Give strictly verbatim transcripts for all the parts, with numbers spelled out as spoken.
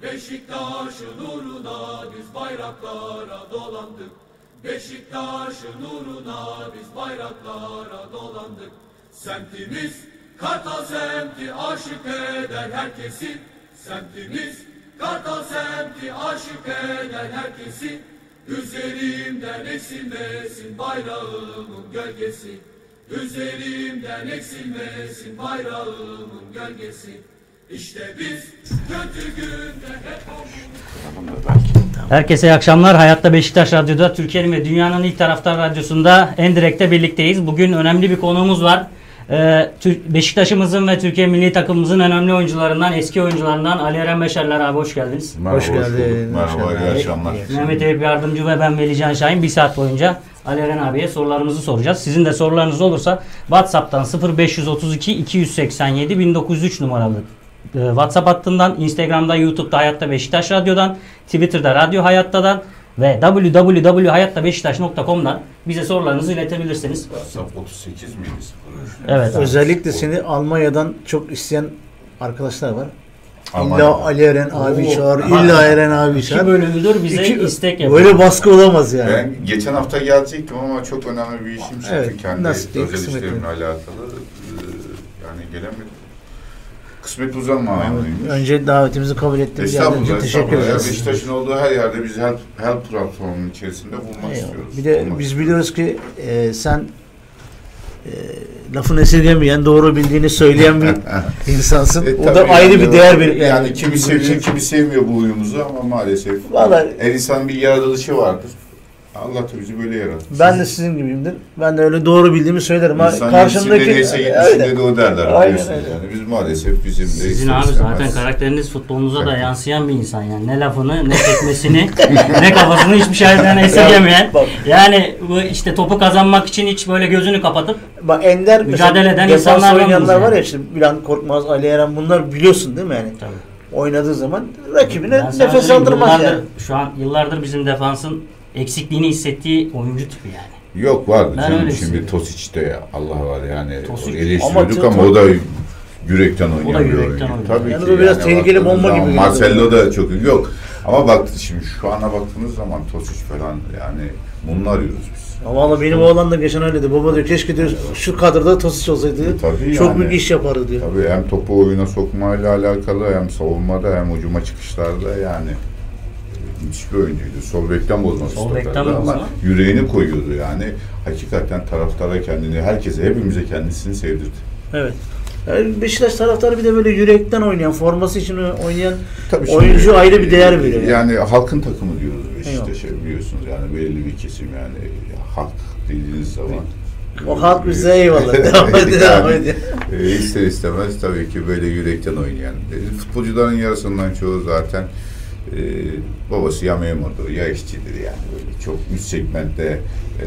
Beşiktaş'ın uğruna biz bayraklara dolandık. Beşiktaş'ın uğruna biz bayraklara dolandık. Semtimiz Kartal semti aşık eder herkesi. Semtimiz Kartal semti aşık eder herkesi. Üzerimden eksilmesin bayrağımın gölgesi. Üzerimden eksilmesin bayrağımın gölgesi. İşte biz kötü günde hep olduk. Herkese iyi akşamlar. Hayatta Beşiktaş Radyo'da, Türkiye'nin ve dünyanın ilk taraftar radyosunda Endirekt'te birlikteyiz. Bugün önemli bir konuğumuz var. Ee, Beşiktaş'ımızın ve Türkiye milli takımımızın önemli oyuncularından, eski oyuncularından Ali Eren Beşerler abi, hoş geldiniz. Merhaba, hoş geldin. Merhaba, iyi akşamlar. Mehmet Eyüp Yardımcı ve ben Velican Şahin bir saat boyunca Ali Eren abiye sorularımızı soracağız. Sizin de sorularınız olursa WhatsApp'tan sıfır beş otuz iki iki yüz seksen yedi bin dokuz yüz üç numaralı WhatsApp hattından, Instagram'da, YouTube'da Hayatta Beşiktaş Radyo'dan, Twitter'da Radyo Hayatta'dan ve double-u double-u double-u nokta hayatta beşiktaş nokta com'dan bize sorularınızı iletebilirsiniz. WhatsApp otuz sekiz miydi? Evet. Özellikle seni Almanya'dan çok isteyen arkadaşlar var. Almanya. İlla Ali Eren abi çağır, illa Eren abi çağır. İki bölümdür bize İki, istek yapıyor. Böyle baskı olamaz yani. Ben geçen hafta gelecektim ama çok önemli bir işim çıktı. Evet, Kendi nasıl değil, özel kısmet işlerimle değil. alakalı. Ee, yani gelemedim. Kısmet uzanmamalıymış. Önce davetimizi kabul ettiğiniz için Estağfurullah, teşekkür estağfurullah. ederiz. Beşiktaş'ın olduğu her yerde biz help, help platformunun içerisinde bulmak Eyvallah. istiyoruz. Bir de Olmak biz istiyoruz. biliyoruz ki e, sen e, lafını esirgemeyen, doğru bildiğini söyleyen bir insansın. E, o da tabii ayrı yani bir o- değer bir. Yani, yani kimi bizim seviyor, için. kimi sevmiyor bu huyumuzu ama maalesef. Vallahi- her insanın bir yaratılışı vardır. Allah da bizi böyle yaratmış. Ben de sizin gibiyimdir. Ben de öyle doğru bildiğimi söylerim. Ha, İnsan karşımdaki yetmişinde neyse yetmişinde de o derler. Aynen biliyorsunuz öyle. Yani. Biz maalesef bizim de Sizin ister abi istemez. zaten karakteriniz futbolunuza da yansıyan bir insan yani. Ne lafını, ne tekmesini, ne kafasını hiçbir şeyden esirgemeyen. Bak. Yani bu işte topu kazanmak için hiç böyle gözünü kapatıp Bak Ender mücadele eden defans insanlardan oynayanlar biz var yani. ya işte Bülent Korkmaz, Ali Eren, bunlar biliyorsun değil mi yani? tabii. Oynadığı zaman rakibine Ben sana nefes söyleyeyim, aldırmaz yıllardır, yani. Şu an yıllardır bizim defansın eksikliğini hissettiği oyuncu tipi yani. Yok vardı Ben canım öyle şimdi hissediyorum. Tosic'te Allah var yani Tosic. o eleştiriyorduk Ama ama, o da yürekten oynayan bir yürekten oyuncu. oynuyor. Tabii Yani ki bu biraz tehlikeli baktığınız bomba zaman gibi Marcelo da çok iyi. Yok ama bak şimdi şu ana baktığınız zaman Tosic falan yani bunu arıyoruz biz. Ama valla benim oğlan da geçen öyle dedi. Baba diyor keşke diyor şu kadroda Tosic olsaydı. Tabii çok yani. büyük iş yapardı diyor. Tabii hem topu oyuna sokmayla alakalı hem savunmada hem hücuma çıkışlarda yani müthiş bir oyuncuydu. Sol bekten bozmak Sol bekten isterdi ama bozma. yüreğini koyuyordu yani. Hakikaten taraftara kendini, herkese, hepimize kendisini sevdirdi. Evet. Yani Beşiktaş taraftarı bir de böyle yürekten oynayan, forması için oynayan Tabii şimdi, oyuncu ayrı bir değer veriyor. Yani. Yani halkın takımı diyoruz Beşiktaş'a biliyorsunuz yani belli bir kesim yani halk dediğiniz zaman. O halk bize eyvallah. Devam ediyor. Devam ediyor. E, ister istemez tabii ki böyle yürekten oynayan. E, futbolcuların yarısından çoğu zaten e, babası ya memurdur ya işçidir yani böyle çok üst segmentte e,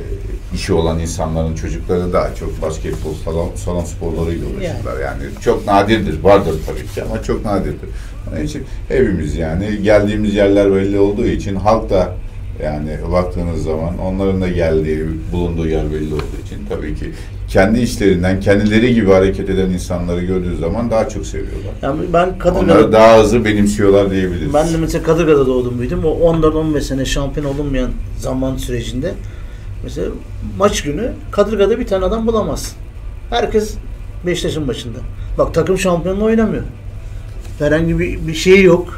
işi olan insanların çocukları daha çok basketbol, salon, salon sporlarıyla uğraşırlar. Yani çok nadirdir, vardır tabii ki ama çok nadirdir. Onun için hepimiz yani geldiğimiz yerler belli olduğu için halk da yani baktığınız zaman onların da geldiği, bulunduğu yer belli olduğu için tabii ki kendi işlerinden kendileri gibi hareket eden insanları gördüğü zaman daha çok seviyorlar. Yani ben Onları Kadırga'da, daha hızlı benimsiyorlar diyebiliriz. ben de mesela Kadırga'da doğdum büyüdüm. O on dört on beş sene şampiyon olunmayan zaman sürecinde mesela maç günü Kadırga'da bir tane adam bulamazsın. Herkes Beşiktaş'ın başında. Bak takım şampiyonluğu oynamıyor. Herhangi bir, bir şey yok.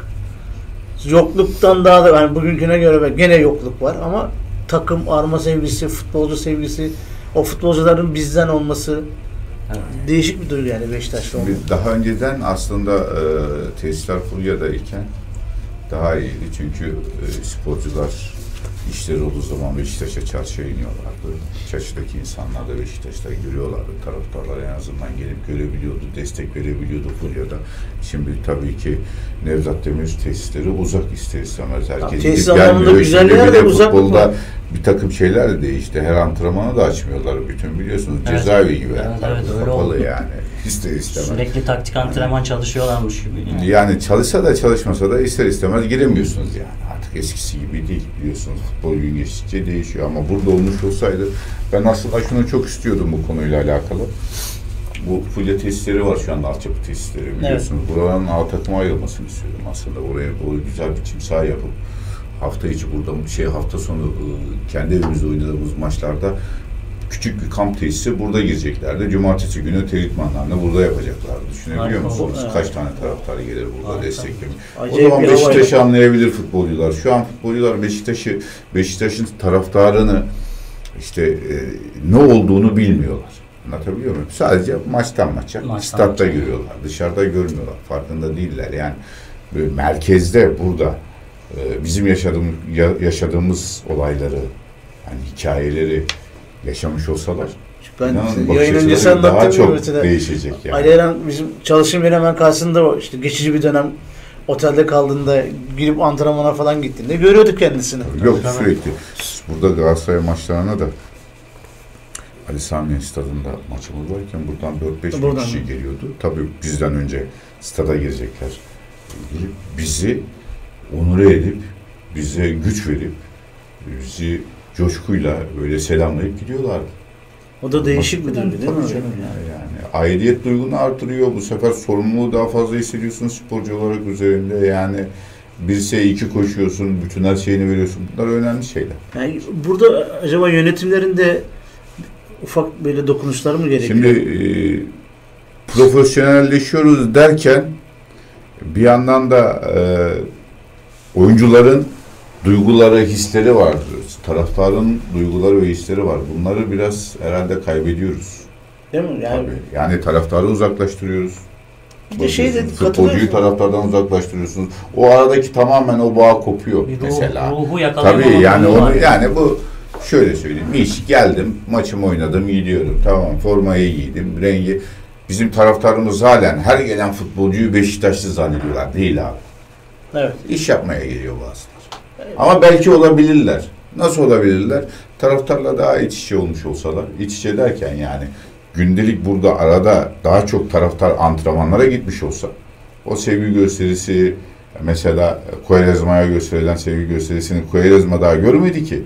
Yokluktan daha da yani bugünküne göre gene yokluk var ama takım arma sevgisi, futbolcu sevgisi, o futbolcuların bizden olması Evet. değişik bir duygu yani Beşiktaş'ta olmak. Biz daha önceden aslında e, tesisler Fulya'dayken daha iyiydi çünkü e, sporcular işleri olduğu zaman Beşiktaş'a çarşıya iniyorlardı. Çarşıdaki insanlar da Beşiktaş'ta görüyorlardı. Taraftarlar en azından gelip görebiliyordu, destek verebiliyordu Fulya'da. Şimdi tabii ki Nevzat Demir tesisleri uzak ister istemez. Herkes Tesis gidip anlamında gelmiyor. güzel Şimdi bir yer de de uzaklık futbolda var. bir takım şeyler de değişti. Her antrenmanı da açmıyorlar. Bütün biliyorsunuz Evet. cezaevi gibi. Evet, Yani evet, öyle kapalı oldu. yani. İster istemez. Sürekli taktik antrenman çalışıyorlarmış gibi. Yani. Yani çalışsa da çalışmasa da ister istemez giremiyorsunuz yani. Artık eskisi gibi değil biliyorsunuz. Futbol gün geçtikçe değişiyor ama burada olmuş olsaydı ben aslında şunu çok istiyordum bu konuyla alakalı. bu Fulya tesisleri var şu anda, altyapı tesisleri biliyorsunuz. Evet. Buranın A takıma ayrılmasını istiyorum aslında. Oraya o güzel bir çim saha yapıp hafta içi burada şey hafta sonu kendi evimizde oynadığımız maçlarda küçük bir kamp tesisi burada gireceklerdi. Cumartesi günü teritmanlarını burada yapacaklardı. Düşünebiliyor musunuz? Evet. Kaç tane taraftar gelir burada desteklemek. O zaman Beşiktaş'ı anlayabilir futbolcular. Şu an futbolcular Beşiktaş'ı Beşiktaş'ın taraftarını işte e, ne olduğunu bilmiyorlar. Anlatabiliyor muyum? Sadece maçtan maça, maçtan statta maça görüyorlar. Dışarıda görmüyorlar. Farkında değiller. Yani böyle merkezde burada e, bizim yaşadığımız yaşadığımız olayları, yani hikayeleri yaşamış olsalar ben yayın öncesi daha çok mesela, değişecek yani. Ali Eren bizim çalıştığım yerin hemen karşısında o işte geçici bir dönem otelde kaldığında girip antrenmana falan gittiğinde görüyorduk kendisini. Yok tabii, sürekli. Burada Galatasaray maçlarına da Ali Sami Stadı'nda maçımız varken buradan dört beş bin kişi geliyordu. Tabii bizden önce stada girecekler. Gelip bizi onure edip, bize güç verip, bizi coşkuyla böyle selamlayıp gidiyorlardı. O da değişik bir duygu değil mi? Yani, yani aidiyet duygunu artırıyor. Bu sefer sorumluluğu daha fazla hissediyorsun sporcu olarak üzerinde. Yani bir se iki koşuyorsun, bütün her şeyini veriyorsun. Bunlar önemli şeyler. Yani burada acaba yönetimlerin de ufak böyle dokunuşlar mı gerekiyor? Şimdi e, profesyonelleşiyoruz derken bir yandan da e, oyuncuların duyguları, hisleri vardır. Taraftarın duyguları ve hisleri var. Bunları biraz herhalde kaybediyoruz. Değil mi? Yani, tabii. Yani taraftarı uzaklaştırıyoruz. Bir de şey de futbolcuyu taraftardan uzaklaştırıyorsunuz. O aradaki tamamen o bağ kopuyor bir mesela. Ruh, ruhu yakalayamamak. Tabii yani onu yani bu şöyle söyleyeyim. İş geldim, maçımı oynadım, gidiyorum. Tamam, formayı giydim, rengi. Bizim taraftarımız halen her gelen futbolcuyu Beşiktaşlı zannediyorlar. Değil abi. Evet. İş yapmaya geliyor bazıları. Evet. Ama belki olabilirler. Nasıl olabilirler? Taraftarla daha iç içe olmuş olsalar, iç içe derken yani gündelik burada arada daha çok taraftar antrenmanlara gitmiş olsa, o sevgi gösterisi mesela Quaresma'ya gösterilen sevgi gösterisini Quaresma daha görmedi ki.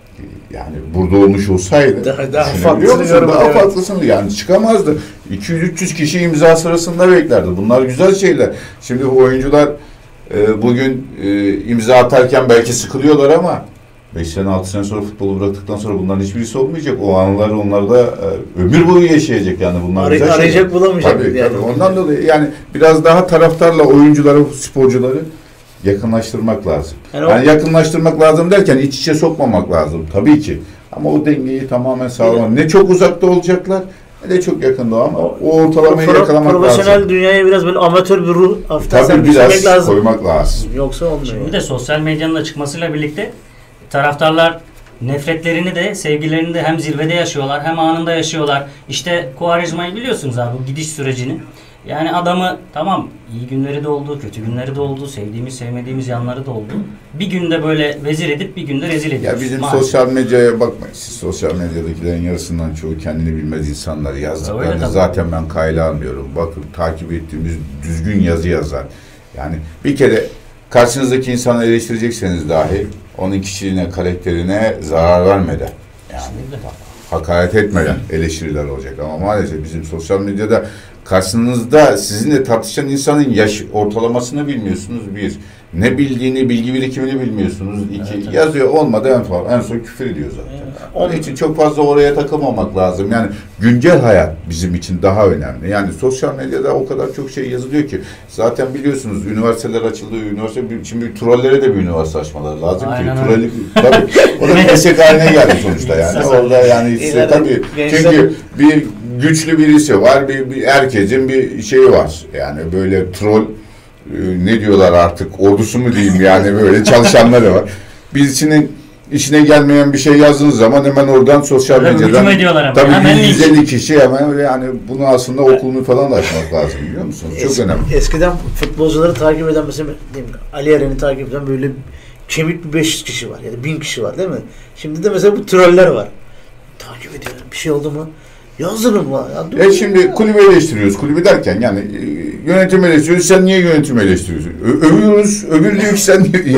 Yani burada olmuş olsaydı daha, daha farklısını daha evet. farklısını yani çıkamazdı. iki yüz üç yüz kişi imza sırasında beklerdi. Bunlar güzel şeyler. Şimdi bu oyuncular e, bugün e, imza atarken belki sıkılıyorlar ama beş sene altı sene sonra futbolu bıraktıktan sonra bunların hiçbirisi olmayacak. O anıları onlar da e, ömür boyu yaşayacak yani bunlar. Aray, arayacak bulamayacak. Tabii, yani. tabii. Ondan dolayı yani biraz daha taraftarla oyuncuları, sporcuları yakınlaştırmak lazım. Yani, yani o, yakınlaştırmak lazım derken iç içe sokmamak lazım tabii ki. Ama o dengeyi tamamen sağlamak. Ne çok uzakta olacaklar ne de çok yakında ama o, o ortalamayı pro, yakalamak profesyonel lazım. Profesyonel dünyaya biraz böyle amatör bir ruh hafiften biraz lazım. koymak lazım. Yoksa olmuyor. Şimdi de sosyal medyanın da çıkmasıyla birlikte taraftarlar nefretlerini de sevgilerini de hem zirvede yaşıyorlar hem anında yaşıyorlar. İşte Quaresma'yı biliyorsunuz abi bu gidiş sürecini. Yani adamı tamam iyi günleri de oldu, kötü günleri de oldu, sevdiğimiz sevmediğimiz yanları da oldu. Bir günde böyle vezir edip bir günde rezil ediyoruz. Ya bizim maalesef sosyal medyaya bakmayın. Siz sosyal medyadakilerin yarısından çoğu kendini bilmez insanlar yazdıklarını zaten ben kayla almıyorum. Bakın takip ettiğimiz düzgün yazı yazar. Yani bir kere karşınızdaki insanı eleştirecekseniz dahi onun kişiliğine, karakterine zarar vermeden yani hakaret etmeden eleştiriler olacak. Ama maalesef bizim sosyal medyada karşınızda sizinle tartışan insanın yaş ortalamasını bilmiyorsunuz bir. Ne bildiğini, bilgi birikimini bilmiyorsunuz. İki. Evet, evet. Yazıyor olmadı en fazla. En son küfür ediyor zaten. Evet. Onun için çok fazla oraya takılmamak lazım. Yani güncel hayat bizim için daha önemli. Yani sosyal medyada o kadar çok şey yazılıyor ki. Zaten biliyorsunuz üniversiteler açıldı. Üniversite şimdi trollere de bir üniversite açmaları lazım. Aynen ki. Trolli, tabii. O da meslek haline geldi sonuçta yani. Orada yani size, tabii. Çünkü bir güçlü birisi var. Bir, bir herkesin bir şeyi var. Yani böyle troll ne diyorlar artık ordusu mu diyeyim yani böyle çalışanları var. Birisinin işine gelmeyen bir şey yazdığınız zaman hemen oradan sosyal medyadan tabii yüz elli kişi hemen yani bunu aslında okulunu falan da açmak lazım biliyor musunuz? Çok Es, önemli. Eskiden futbolcuları takip eden mesela Ali Eren'i takip eden böyle kemik bir beş yüz kişi var ya da bin kişi var değil mi? Şimdi de mesela bu troller var. Takip ediyorum bir şey oldu mu? Yazırım var. Ya, e şimdi ya. Kulübü eleştiriyoruz. Kulübü derken yani e, yönetim eleştiriyoruz. Sen niye yönetim eleştiriyorsun? Ö övüyoruz. Öbür diyor ki sen niye?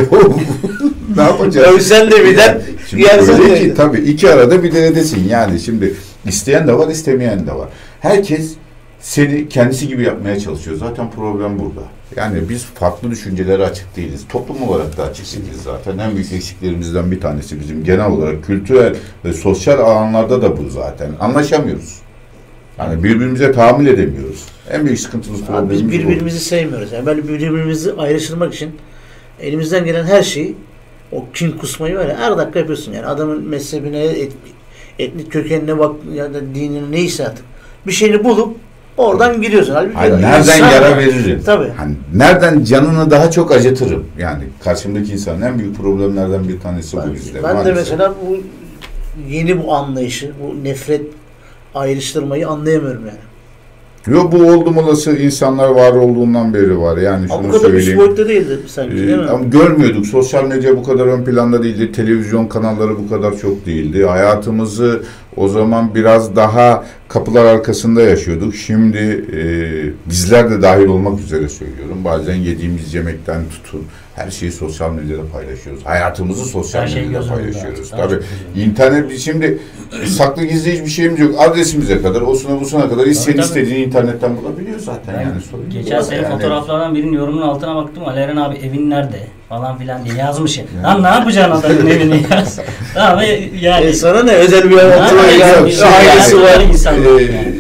Ne yapacağız? Övsen de bir de. Şimdi öyle ki tabii iki arada bir denedesin. Yani şimdi isteyen de var, istemeyen de var. Herkes seni kendisi gibi yapmaya çalışıyor. Zaten problem burada. Yani biz farklı düşüncelere açık değiliz. Toplum olarak da açık değiliz zaten. En büyük eksiklerimizden bir tanesi bizim genel olarak kültürel ve sosyal alanlarda da bu zaten. Anlaşamıyoruz. Yani birbirimize tahammül edemiyoruz. En büyük sıkıntımız, problemimiz Biz bu. birbirimizi sevmiyoruz. Yani böyle birbirimizi ayrıştırmak için elimizden gelen her şeyi, o kin kusmayı var ya, her dakika yapıyorsun yani. Adamın mezhebine, et, etnik kökenine bak ya da dinine, neyse artık. Bir şeyini bulup oradan giriyorsun. Halbuki Hani nereden insan- yara veririm? Tabii. Hani nereden canını daha çok acıtırım? Yani karşımdaki insanın en büyük problemlerden bir tanesi Ben, bu bizde. ben de maalesef. mesela bu yeni bu anlayışı, bu nefret ayrıştırmayı anlayamıyorum yani. Yok, bu oldum olası insanlar var olduğundan beri var. Yani Ama şunu bu kadar üst söyleyeyim. boyutta değildi sanki, değil Ee, mi? ama görmüyorduk. Sosyal medya bu kadar ön planda değildi. Televizyon kanalları bu kadar çok değildi. Hayatımızı o zaman biraz daha kapılar arkasında yaşıyorduk. Şimdi e, bizler de dahil olmak üzere söylüyorum. Bazen yediğimiz yemekten tutun. Her şeyi sosyal medyada paylaşıyoruz. Hayatımızı sosyal Her şey medyada göz önünde paylaşıyoruz. artık. Daha Tabii çok göz önünde. internet, biz şimdi saklı gizli hiçbir şeyimiz yok. Adresimize kadar, osuna busuna kadar istediğin tabii. istediğini internetten bulabiliyor zaten. Ben yani sorun geçen yok. sene Yani- fotoğraflardan birinin yorumunun altına baktım. Ali Eren abi evin nerede falan filan diye yazmış ya. Lan ne yapacaksın adamın evini yaz. Tamam yani. E sana ne, özel bir Ha, hayatı var yok, ya, yok, ailesi yani var. böyle insanlar Ee, yani.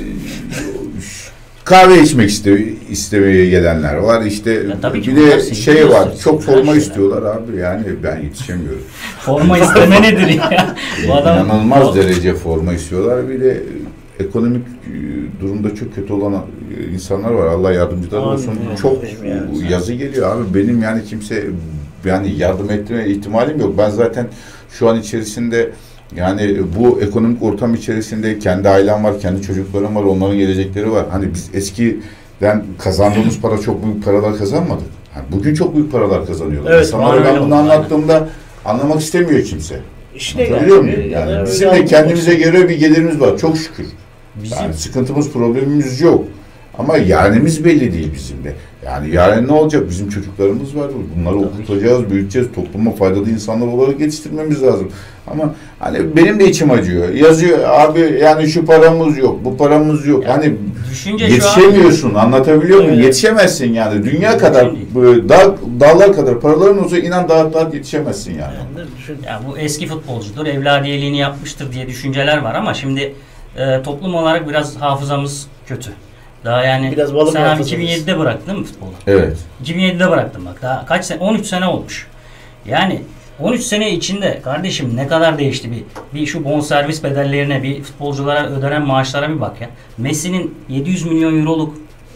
kahve içmek iste, istemeye gelenler var. İşte Ya tabii ki bir bunlar de sevgili şey var. gösterisi, Çok güzel forma şeyler. istiyorlar abi. Yani ben yetişemiyorum. Forma isteme nedir ya? Bu adam İnanılmaz o- derece forma istiyorlar. Bir de ekonomik e, durumda çok kötü olan e, insanlar var. Allah yardımcıları Amin. olsun. Evet, Çok bizim yani. yazı geliyor abi. Benim yani kimse yani yardım etme ihtimalim yok. Ben zaten şu an içerisinde, yani bu ekonomik ortam içerisinde kendi ailem var, kendi çocuklarım var, onların gelecekleri var. Hani biz eskiden kazandığımız para, çok büyük paralar kazanmadık. Yani bugün çok büyük paralar kazanıyorlar. Evet, İnsanlara aynen ben öyle bunu oldu, anlattığımda anlamak istemiyor kimse. İşine Anlatabiliyor geldi. muyum? Yani Yani bizim öyle de kendimize almak- göre bir gelirimiz var. Çok şükür. Bizim Yani sıkıntımız, problemimiz yok. Ama yarınımız belli değil bizim de. Yani yarın ne olacak? Bizim çocuklarımız var. Bunları okutacağız, büyüteceğiz. Topluma faydalı insanlar olarak yetiştirmemiz lazım. Ama hani benim de içim acıyor. Yazıyor abi, yani şu paramız yok, bu paramız yok. Hani düşünce şu an yetişemiyorsun. Anlatabiliyor muyum? Evet. Yetişemezsin yani. Dünya kadar, Mümkün böyle dağ, dağlar kadar paraların olsa inan dağ, dağ yetişemezsin yani. Yani düşün. ya bu eski futbolcudur, evladiyeliğini yapmıştır diye düşünceler var ama şimdi e, toplum olarak biraz hafızamız kötü. Daha yani Biraz balık sen abi hafızamız. iki bin yedide bıraktın değil mi futbolu? Evet. iki bin yedide bıraktım bak. Daha kaç sene? on üç sene olmuş. Yani on üç sene içinde kardeşim ne kadar değişti bir bir şu bonservis bedellerine, bir futbolculara ödenen maaşlara bir bak ya. Messi'nin yedi yüz milyon euroluk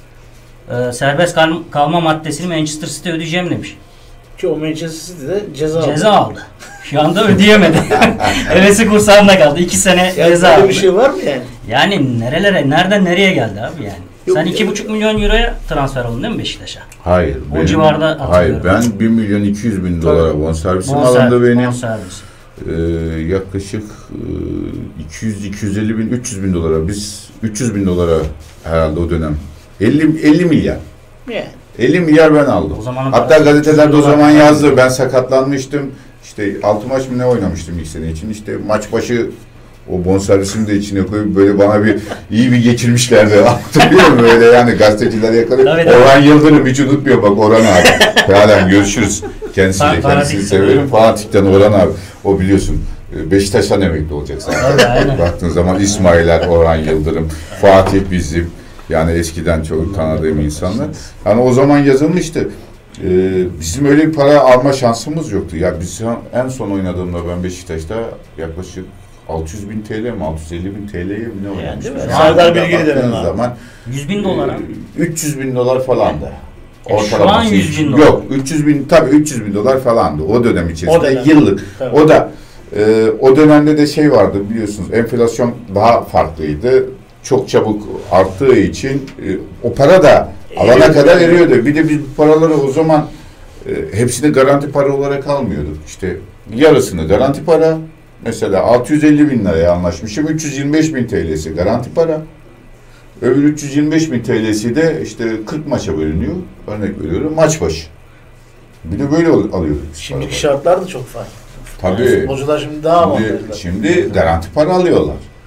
e, serbest kal- kalma maddesini Manchester City ödeyeceğim demiş. Ki o Manchester City'de ceza aldı. Ceza aldı. Şu anda ödeyemedi. Hevesi kursağında kaldı. iki sene Yani ceza böyle aldı. bir şey var mı yani? Yani nerelere, nereden nereye geldi abi yani? Yok, Sen yok. iki buçuk milyon euroya transfer oldun değil mi Beşiktaş'a? Hayır. O civarda hayır, hatırlıyorum. ben bir milyon iki yüz bin Tabii. dolara bonservisim Bonser- alındı benim. bonservis. Ee, yaklaşık e, iki yüz iki yüz elli bin üç yüz bin dolara, biz üç yüz bin dolara herhalde o dönem elli elli milyar Yani. elli milyar ben aldım. O zamanın Hatta parası gazetelerde o dolar zaman falan. yazdı, ben sakatlanmıştım. İşte altı maç mı ne oynamıştım ilk sene için. İşte maç başı o bonservisimi de içine koyup böyle bana bir iyi bir geçirmişlerdi. Anlatabiliyor muyum? Böyle yani gazeteciler yakalıyor. Tabii, tabii. Orhan Yıldırım hiç unutmuyor bak, Orhan abi. Halen görüşürüz. Kendisiyle Fa- kendisini Fanatik'ten severim. öyle. Fanatik'ten Orhan abi. O biliyorsun Beşiktaş'tan emekli olacak zaten. Tabii, aynen. Baktığın zaman İsmailer, Orhan Yıldırım, Fatih bizim. Yani eskiden çok tanıdığım insanlar. Yani o zaman yazılmıştı. Ee, bizim öyle bir para alma şansımız yoktu. Ya biz en son oynadığımda ben Beşiktaş'ta yaklaşık altı yüz bin T L mi, altı yüz elli bin T L'ye mi ne oynamıştım? değil mi? Şu Serdar anda Bilgili dönem baktığınız abi. zaman yüz bin dolara. e, üç yüz bin dolar falandı. E, şu Ortalaması. an yüz bin dolar. Yok, üç yüz bin, tabii üç yüz bin dolar falandı o dönem içerisinde, O dönem. yıllık. Tabii. O da e, o dönemde de şey vardı biliyorsunuz, enflasyon daha farklıydı. Çok çabuk arttığı için e, o para da alana Eriyordu kadar yani. eriyordu. Bir de biz bu paraları o zaman e, hepsini garanti para olarak almıyorduk. İşte yarısını garanti para. Mesela altı yüz elli bin liraya anlaşmışım. üç yüz yirmi beş bin T L'si garanti para. Öbür üç yüz yirmi beş bin T L'si de işte kırk maça bölünüyor. Örnek veriyorum, maç başı. Bir de böyle al- alıyorduk biz Şimdiki paraları. şartlar da çok farklı. Tabii. Yani futbolcular şimdi daha Şimdi, avantajlı. şimdi garanti para alıyorlar.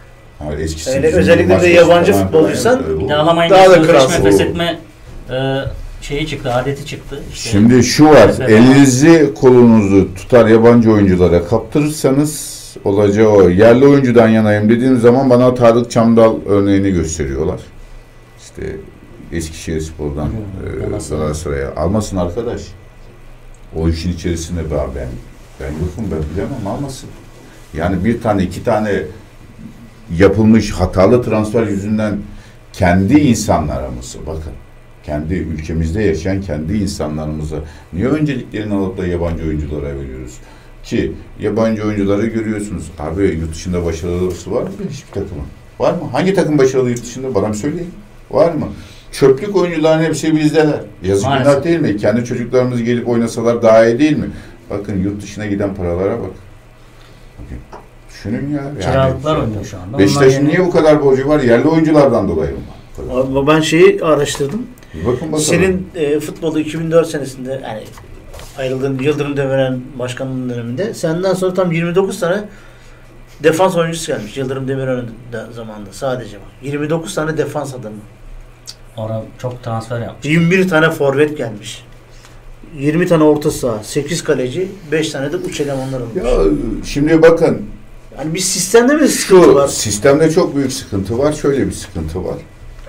Ha, eskisi Yani bizim özellikle maç de yabancı falan- futbolcuysan Evet, Bir o- de alamayınca Daha da sözleşme kral. feshetme e, şeyi çıktı, adeti çıktı. İşte Şimdi şu var, Mesela- elinizi kolunuzu tutar yabancı oyunculara kaptırırsanız olacağı o. Yerli oyuncudan yanayım dediğim zaman bana Tarık Çamdal örneğini gösteriyorlar. İşte Eskişehirspor'dan Hı, e, Galatasaray. Galatasaray'a almasın arkadaş. O işin içerisinde ben ben ben yokum, ben bilemem, almasın. Yani bir tane iki tane yapılmış hatalı transfer yüzünden kendi insanlarımızı, bakın kendi ülkemizde yaşayan kendi insanlarımıza niye önceliklerini alıp da yabancı oyunculara veriyoruz? Ki yabancı oyuncuları görüyorsunuz. Abi yurt dışında başarılısı var mı hiçbir takımın? Var mı? Hangi takım başarılı yurt dışında? Bana bir söyleyin. Var mı? Çöplük oyuncuların hepsi bizdeler. Yazık Maalesef. günah değil mi? Kendi çocuklarımız gelip oynasalar daha iyi değil mi? Bakın yurt dışına giden paralara bak. Bakın. Düşünün ya. Yani kiralıklar oynuyor şu anda. Beşiktaş'ın Onlar niye bu kadar borcu var? Yerli oyunculardan dolayı mı? Bu kadar. Ama ben şeyi araştırdım. Bir bakın bakalım. Senin e, futbolda iki bin dört senesinde yani ayrıldığın Yıldırım Demirören başkanlığın döneminde senden sonra tam yirmi dokuz tane defans oyuncusu gelmiş. Yıldırım Demirören de- zamanında sadece bak. yirmi dokuz tane defans adamı. Orada çok transfer yapmış. yirmi bir tane forvet gelmiş. yirmi tane orta saha, sekiz kaleci, beş tane de uç elemanlar olmuş. Ya şimdi bakın Yani bir sistemde bir sıkıntı şu var. sistemde çok büyük sıkıntı var. Şöyle bir sıkıntı var.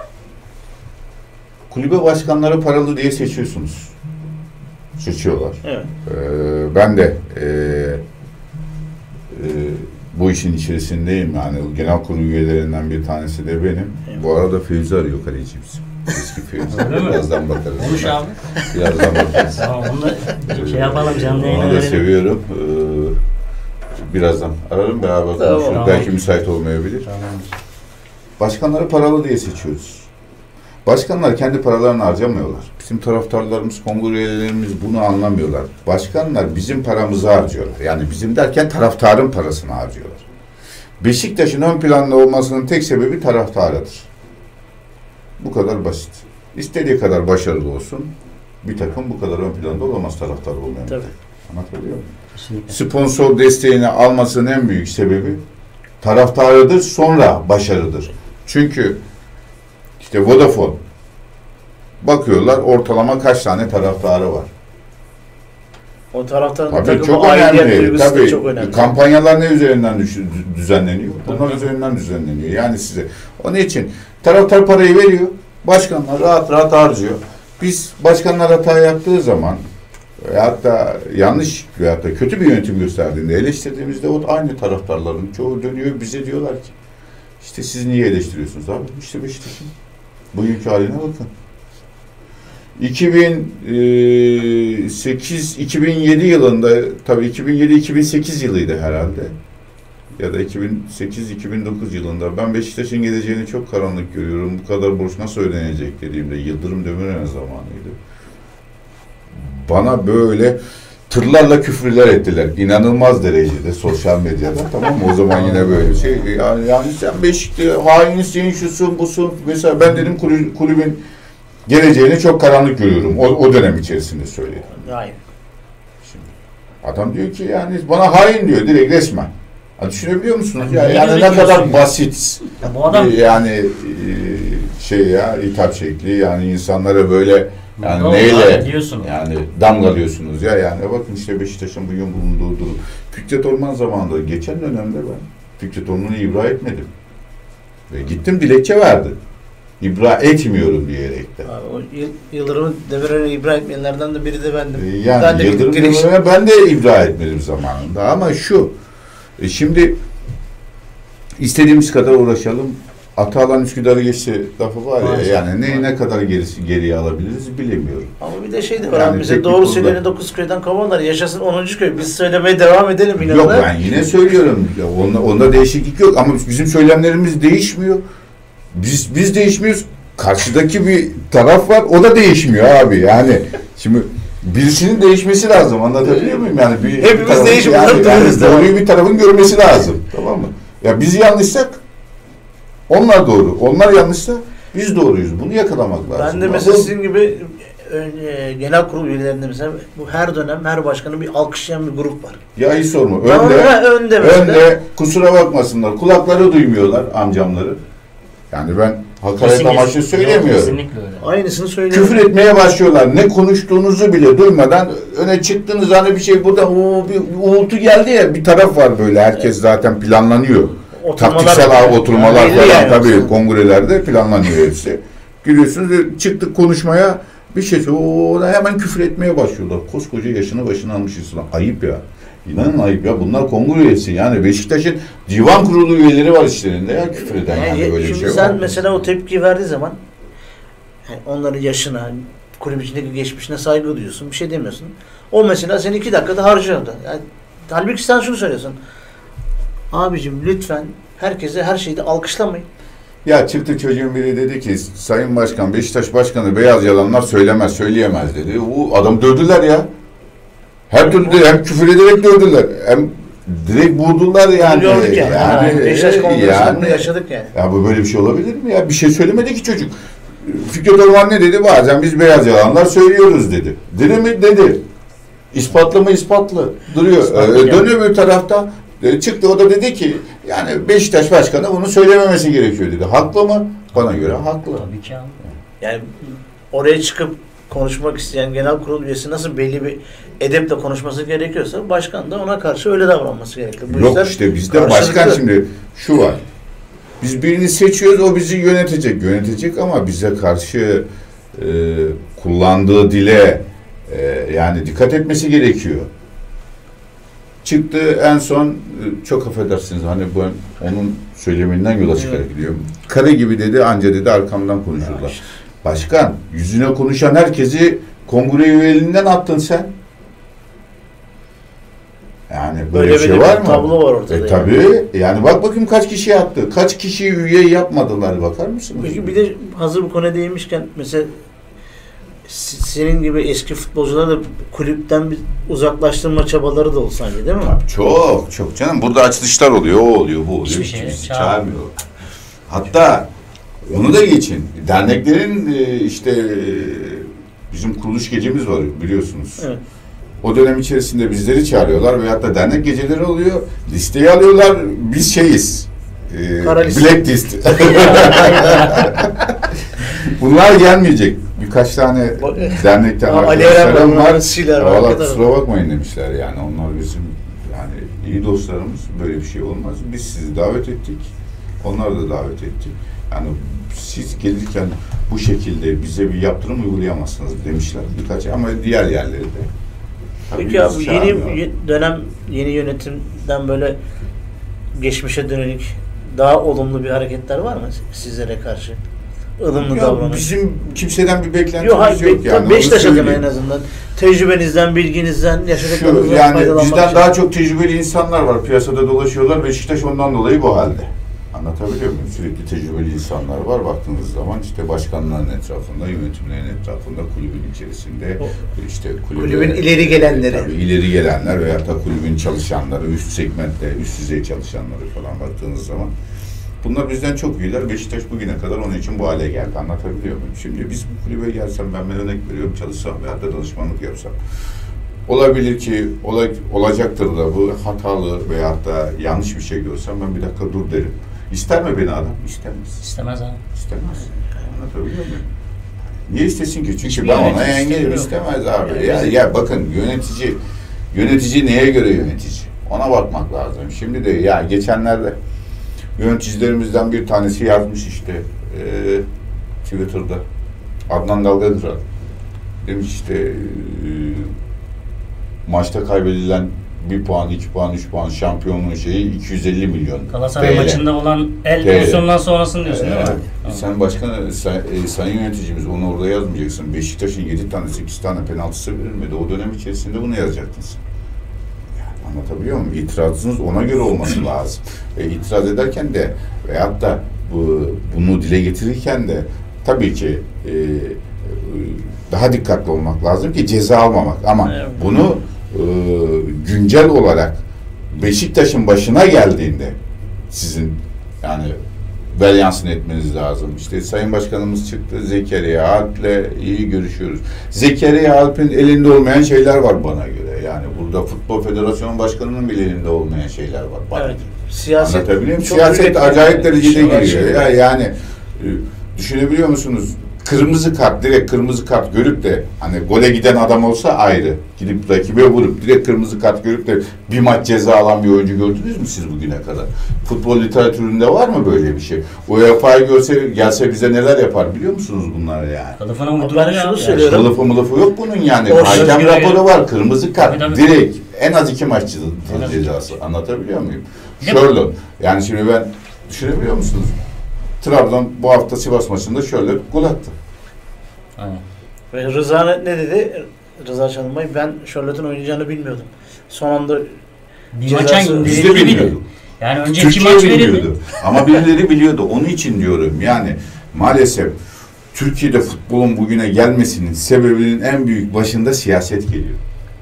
Kulübe başkanları paralı diye seçiyorsunuz. Seçiyorlar. Evet. Ee, ben de e, e, bu işin içerisindeyim. Yani genel kurulu üyelerinden bir tanesi de benim. Evet. Bu arada Fevzi arıyor kalecimiz. Eski Fevzi. Öyle mi? Birazdan bakarız. Konuş abi. Birazdan bakarız. Tamam onu da şey yapalım, canlı yayına Onu da verelim. seviyorum. Ee, birazdan ararım, beraber Tamam. konuşuruz. Tamam. Belki müsait olmayabilir. Tamam. Başkanları paralı diye seçiyoruz. Başkanlar kendi paralarını harcamıyorlar. Bizim taraftarlarımız, kongre üyelerimiz bunu anlamıyorlar. Başkanlar bizim paramızı harcıyorlar. Yani bizim derken taraftarın parasını harcıyorlar. Beşiktaş'ın ön planda olmasının tek sebebi taraftarıdır. Bu kadar basit. İstediği kadar başarılı olsun. Bir takım bu kadar ön planda olamaz taraftar olmayan. Tabii. Anlatabiliyor muyum? Kesinlikle. Sponsor desteğini almasının en büyük sebebi taraftarıdır, sonra başarıdır. Çünkü işte Vodafone bakıyorlar ortalama kaç tane taraftarı var. O taraftarın Tabii takımı çok aidiyet önemli. duygusu da Tabii çok önemli. kampanyalar ne üzerinden düş- düzenleniyor? Bunlar Tabii. üzerinden düzenleniyor. Yani size. Onun için taraftar parayı veriyor. Başkanlar rahat rahat harcıyor. Biz başkanlar hata yaptığı zaman veyahut da yanlış veyahut da kötü bir yönetim gösterdiğinde eleştirdiğimizde o aynı taraftarların çoğu dönüyor bize diyorlar ki işte siz niye eleştiriyorsunuz abi? İşte Beşiktaş'ın bugünkü haline bakın. iki bin sekiz iki bin yedi yılında tabii iki bin yedi iki bin sekiz yılıydı herhalde. Ya da iki bin sekiz iki bin dokuz yılında ben Beşiktaş'ın geleceğini çok karanlık görüyorum. Bu kadar borç nasıl ödenecek dediğimde Yıldırım Demirören zamanıydı. Bana böyle tırlarla küfürler ettiler. İnanılmaz derecede sosyal medyada, tamam mı? O zaman yine böyle şey. Yani, yani sen Beşiktaş hainsin, şusun, busun. Mesela ben dedim kulübün, kulübün geleceğini çok karanlık görüyorum. O, o dönem içerisinde söyledim. Hayır. Adam diyor ki yani bana hain diyor direkt resmen. Ha, düşünebiliyor musunuz? Ya Ya, niye yani ne üretiyorsun kadar ya? basit. Ya bu adam Yani e, şey ya hitap şekli yani insanlara böyle yani Doğru, neyle abi, diyorsun. yani damgalıyorsunuz ya yani bakın işte Beşiktaş'ın bugün bulunduğu durum. Fikret Orman zamanında geçen dönemde ben Fikret Orman'ı ibra etmedim. Ve gittim dilekçe verdim. İbra etmiyorum diyerek de. Abi, o Yıl- Yıldırım Demirören'i ibra etmeyenlerden de biri de bendim. Ee, Yani ben de Yıldırım gidip direkt- Demirören'e ben de ibra etmedim zamanında ama şu e şimdi istediğimiz kadar uğraşalım. Atalan Üsküdar'ı geçti lafı var ya Maalesef. yani ne ne kadar gerisi geriye alabiliriz bilemiyorum. Ama bir de şey de var Yani abi, bize tek bir doğru konuda- söyleyeni dokuz köyden kovarlar. Yaşasın onuncu köy. Biz söylemeye devam edelim Yok inanın. ben yine söylüyorum. Ya onda, onda değişiklik yok ama bizim söylemlerimiz değişmiyor. Biz biz değişmiyoruz. Karşıdaki bir taraf var o da değişmiyor abi. Yani şimdi birisinin değişmesi lazım. Anlatabiliyor muyum? Yani bir, Hepimiz bir tarafın- değişip yani, bunları yani duyuyoruz, tamam. doğruyu bir tarafın görmesi lazım. Tamam mı? Ya biz yanlışsak onlar doğru. Onlar yanlışsa biz doğruyuz. Bunu yakalamak lazım. Ben de Ama mesela bu- sizin gibi e, genel kurul üyelerinde mesela bu her dönem her başkanı bir alkışlayan bir grup var. Ya hiç sorma. Önde, Önde, önde, mesela. önde kusura bakmasınlar. Kulakları duymuyorlar amcamları. Yani ben hakaret Kesin- amaçlı söylemiyorum. Kesinlikle öyle. Aynısını söylüyorum. Küfür etmeye başlıyorlar. Ne konuştuğunuzu bile duymadan öne çıktığınız hani bir şey burada o bir uğultu geldi ya, bir taraf var böyle. Herkes zaten planlanıyor. Oturmalar Taktiksel var. ağ oturmalar Belli falan yani tabii aslında. kongrelerde planlanıyor hepsi. Gülüyorsunuz, çıktık konuşmaya bir şey o hemen küfür etmeye başlıyorlar. Koskoca yaşını başına almışız. Ayıp ya. İnanın ayıp ya. Bunlar kongre üyesi. Yani Beşiktaş'ın divan kurulu üyeleri var içlerinde ya, küfür eden yani, Yani böyle bir şimdi şey sen var. mesela o tepkiyi verdiği zaman yani onların yaşına, kulüp içindeki geçmişine saygı duyuyorsun. Bir şey demiyorsun. O mesela seni iki dakikada harcıyordu. Yani, halbuki sen şunu söylüyorsun. Abicim lütfen herkese her şeyde alkışlamayın. Ya çıktı çocuğun biri dedi ki Sayın Başkan, Beşiktaş Başkanı beyaz yalanlar söylemez, söyleyemez dedi. O adam dövdüler ya. Hem dövdüler, hem küfür ederek dövdüler. Hem direkt vurdular yani. Gördük yani. Yani, yani Beşiktaş Kongresi'nde yani, bunu yaşadık yani. ya bu böyle bir şey olabilir mi ya? Bir şey söylemedi ki çocuk. Fikret Orman ne dedi? Bazen biz beyaz yalanlar söylüyoruz dedi. Dedi mi? Dedi. İspatlı mı? İspatlı. Duruyor. İspatlı Ee, yani. dönüyor bir tarafta. E, çıktı o da dedi ki yani Beşiktaş Başkanı bunu söylememesi gerekiyor dedi. Haklı mı? Bana göre haklı. Tabii ki abi. Yani oraya çıkıp konuşmak isteyen genel kurul üyesi nasıl belli bir edeple konuşması gerekiyorsa başkan da ona karşı öyle davranması gerekiyor. Bu Yok işler işte bizde başkan karşılıklı. şimdi şu var. Biz birini seçiyoruz, o bizi yönetecek. Yönetecek ama bize karşı e, kullandığı dile e, yani dikkat etmesi gerekiyor. Çıktı en son e, çok affedersiniz hani ben onun söyleminden yola çıkarak gidiyorum. Kare gibi dedi, anca dedi arkamdan konuşurlar. Başkan, yüzüne konuşan herkesi kongre üyeliğinden attın sen. Yani böyle, Böyle bir şey bir var mı? tablo var ortada E, yani. tabii. Yani bak bakayım kaç kişi attı. Kaç kişi üye yapmadılar, bakar mısınız? Peki bir de hazır bu konuya değinmişken mesela s- senin gibi eski futbolcular da kulüpten bir uzaklaştırma çabaları da olsa sanki değil mi? Tabii, çok çok canım. Burada açılışlar oluyor, o oluyor, bu oluyor. Hiçbir Hiç şeye bizi çağırmıyor. çağırmıyor. Hatta onu da geçin. Derneklerin e, işte e, bizim kuruluş gecemiz var biliyorsunuz. Evet. O dönem içerisinde bizleri çağırıyorlar veyahut da dernek geceleri oluyor. Listeyi alıyorlar. Biz şeyiz. E, Kara liste. blacklist. Bunlar gelmeyecek. Birkaç tane dernekten Aa, Ali arkadaşlarım Eren var, var. Siler var, Valla hakikaten. kusura bakmayın demişler yani. Onlar bizim yani iyi dostlarımız. Böyle bir şey olmaz. Biz sizi davet ettik. Onları da davet ettik. Yani siz gelirken bu şekilde bize bir yaptırım uygulayamazsınız demişler birkaç ama diğer yerleri de. Tabii Peki abi bizi yeni çağırmıyor. y- dönem yeni yönetimden böyle geçmişe dönük daha olumlu bir hareketler var mı sizlere karşı? Ilımlı Ya davranış. bizim kimseden bir beklentimiz Yok hayır, yok Be- yani. tabii onu Beşiktaş adına söyleyeyim. en azından tecrübenizden, bilginizden, Şu, yaşadıklarınızdan yani faydalanmak bizden için. daha çok tecrübeli insanlar var. Piyasada dolaşıyorlar. Beşiktaş ondan dolayı bu halde. Anlatabiliyor muyum? Sürekli tecrübeli insanlar var. Baktığınız zaman işte başkanların etrafında, yönetimlerin etrafında, kulübün içerisinde, O, işte kulübe, kulübün ileri gelenleri. Tabii ileri gelenler veyahut da kulübün çalışanları, üst segmentte, üst düzey çalışanları falan baktığınız zaman bunlar bizden çok iyiler. Beşiktaş bugüne kadar onun için bu hale geldi. Anlatabiliyor muyum? Şimdi biz bu kulübe gelsem, ben bir örnek veriyorum, çalışsam veyahut da danışmanlık yapsam. Olabilir ki ola, olacaktır da bu hatalı veyahut da yanlış bir şey görsem ben bir dakika dur derim. İster mi beni adam? İstemez. İstemez abi. İstemez. Anlatabiliyor muyum? Niye istesin ki? Çünkü Hiçbir ben ona yönetici engelim istemiyor. istemez abi. Yani Ya, bizim- ya bakın yönetici yönetici neye göre yönetici? Ona bakmak lazım. Şimdi de ya geçenlerde yöneticilerimizden bir tanesi yazmış işte e, Twitter'da Adnan Dalgakıran demiş işte e, maçta kaybedilen bir puan, iki puan, üç puan şampiyonluğun şeyi iki yüz elli milyon. Galatasaray T L. maçında olan el T L. pozisyonundan sonrasını diyorsun değil mi? Evet. Tamam. Sen başkan, sen, e, sayın yöneticimiz onu orada yazmayacaksın. Beşiktaş'ın yedi tane, sekiz tane penaltısı verilmedi. O dönem içerisinde bunu yazacaktın sen. Yani anlatabiliyor muyum? İtirazınız ona göre olması lazım. E, itiraz ederken de veyahut da bu, bunu dile getirirken de tabii ki e, e, daha dikkatli olmak lazım ki ceza almamak. Ama Evet. bunu e, güncel olarak Beşiktaş'ın başına geldiğinde sizin yani velyansını etmeniz lazım. İşte Sayın Başkanımız çıktı. Zekeriya Alp'le iyi görüşüyoruz. Zekeriya Alp'in elinde olmayan şeyler var bana göre. Yani burada Futbol Federasyonu Başkanı'nın bile elinde olmayan şeyler var. Bana. Evet. Siyaset, Anlatabiliyor muyum? çok Siyaset üretken acayip yani. derecede Şey- giriyor. Ya, yani e, düşünebiliyor musunuz? Kırmızı kart, direkt kırmızı kart görüp de hani gole giden adam olsa ayrı. Gidip rakibe vurup direkt kırmızı kart görüp de bir maç ceza alan bir oyuncu gördünüz mü siz bugüne kadar? Futbol literatüründe var mı böyle bir şey? U E F A'yı görse gelse bize neler yapar biliyor musunuz bunları yani? Kılıfına Ben vurdular şunu ya. söylüyorum. Kılıfı mılıfı yok bunun yani. Orşun Hakem gibi- raporu var. Kırmızı kart. Tabii, tabii. Direkt en az iki maç ceza- En az iki cezası. Anlatabiliyor muyum? Değil mi? Sherlock. Yani şimdi ben düşünebiliyor musunuz? Trabzon bu hafta Sivas maçında Sherlock gol attı. Aynen. Ve Rıza ne ne dedi? Rıza Çalınbay, ben Charlotte'un oynayacağını bilmiyordum. Son anda Bir Cezası- maça Biz de indirildi bile. bilmiyorduk. Yani önce iki Türkiye maç verildi. bilmiyordu. Ama birileri biliyordu. Onun için diyorum yani maalesef Türkiye'de futbolun bugüne gelmesinin sebebinin en büyük başında siyaset geliyor.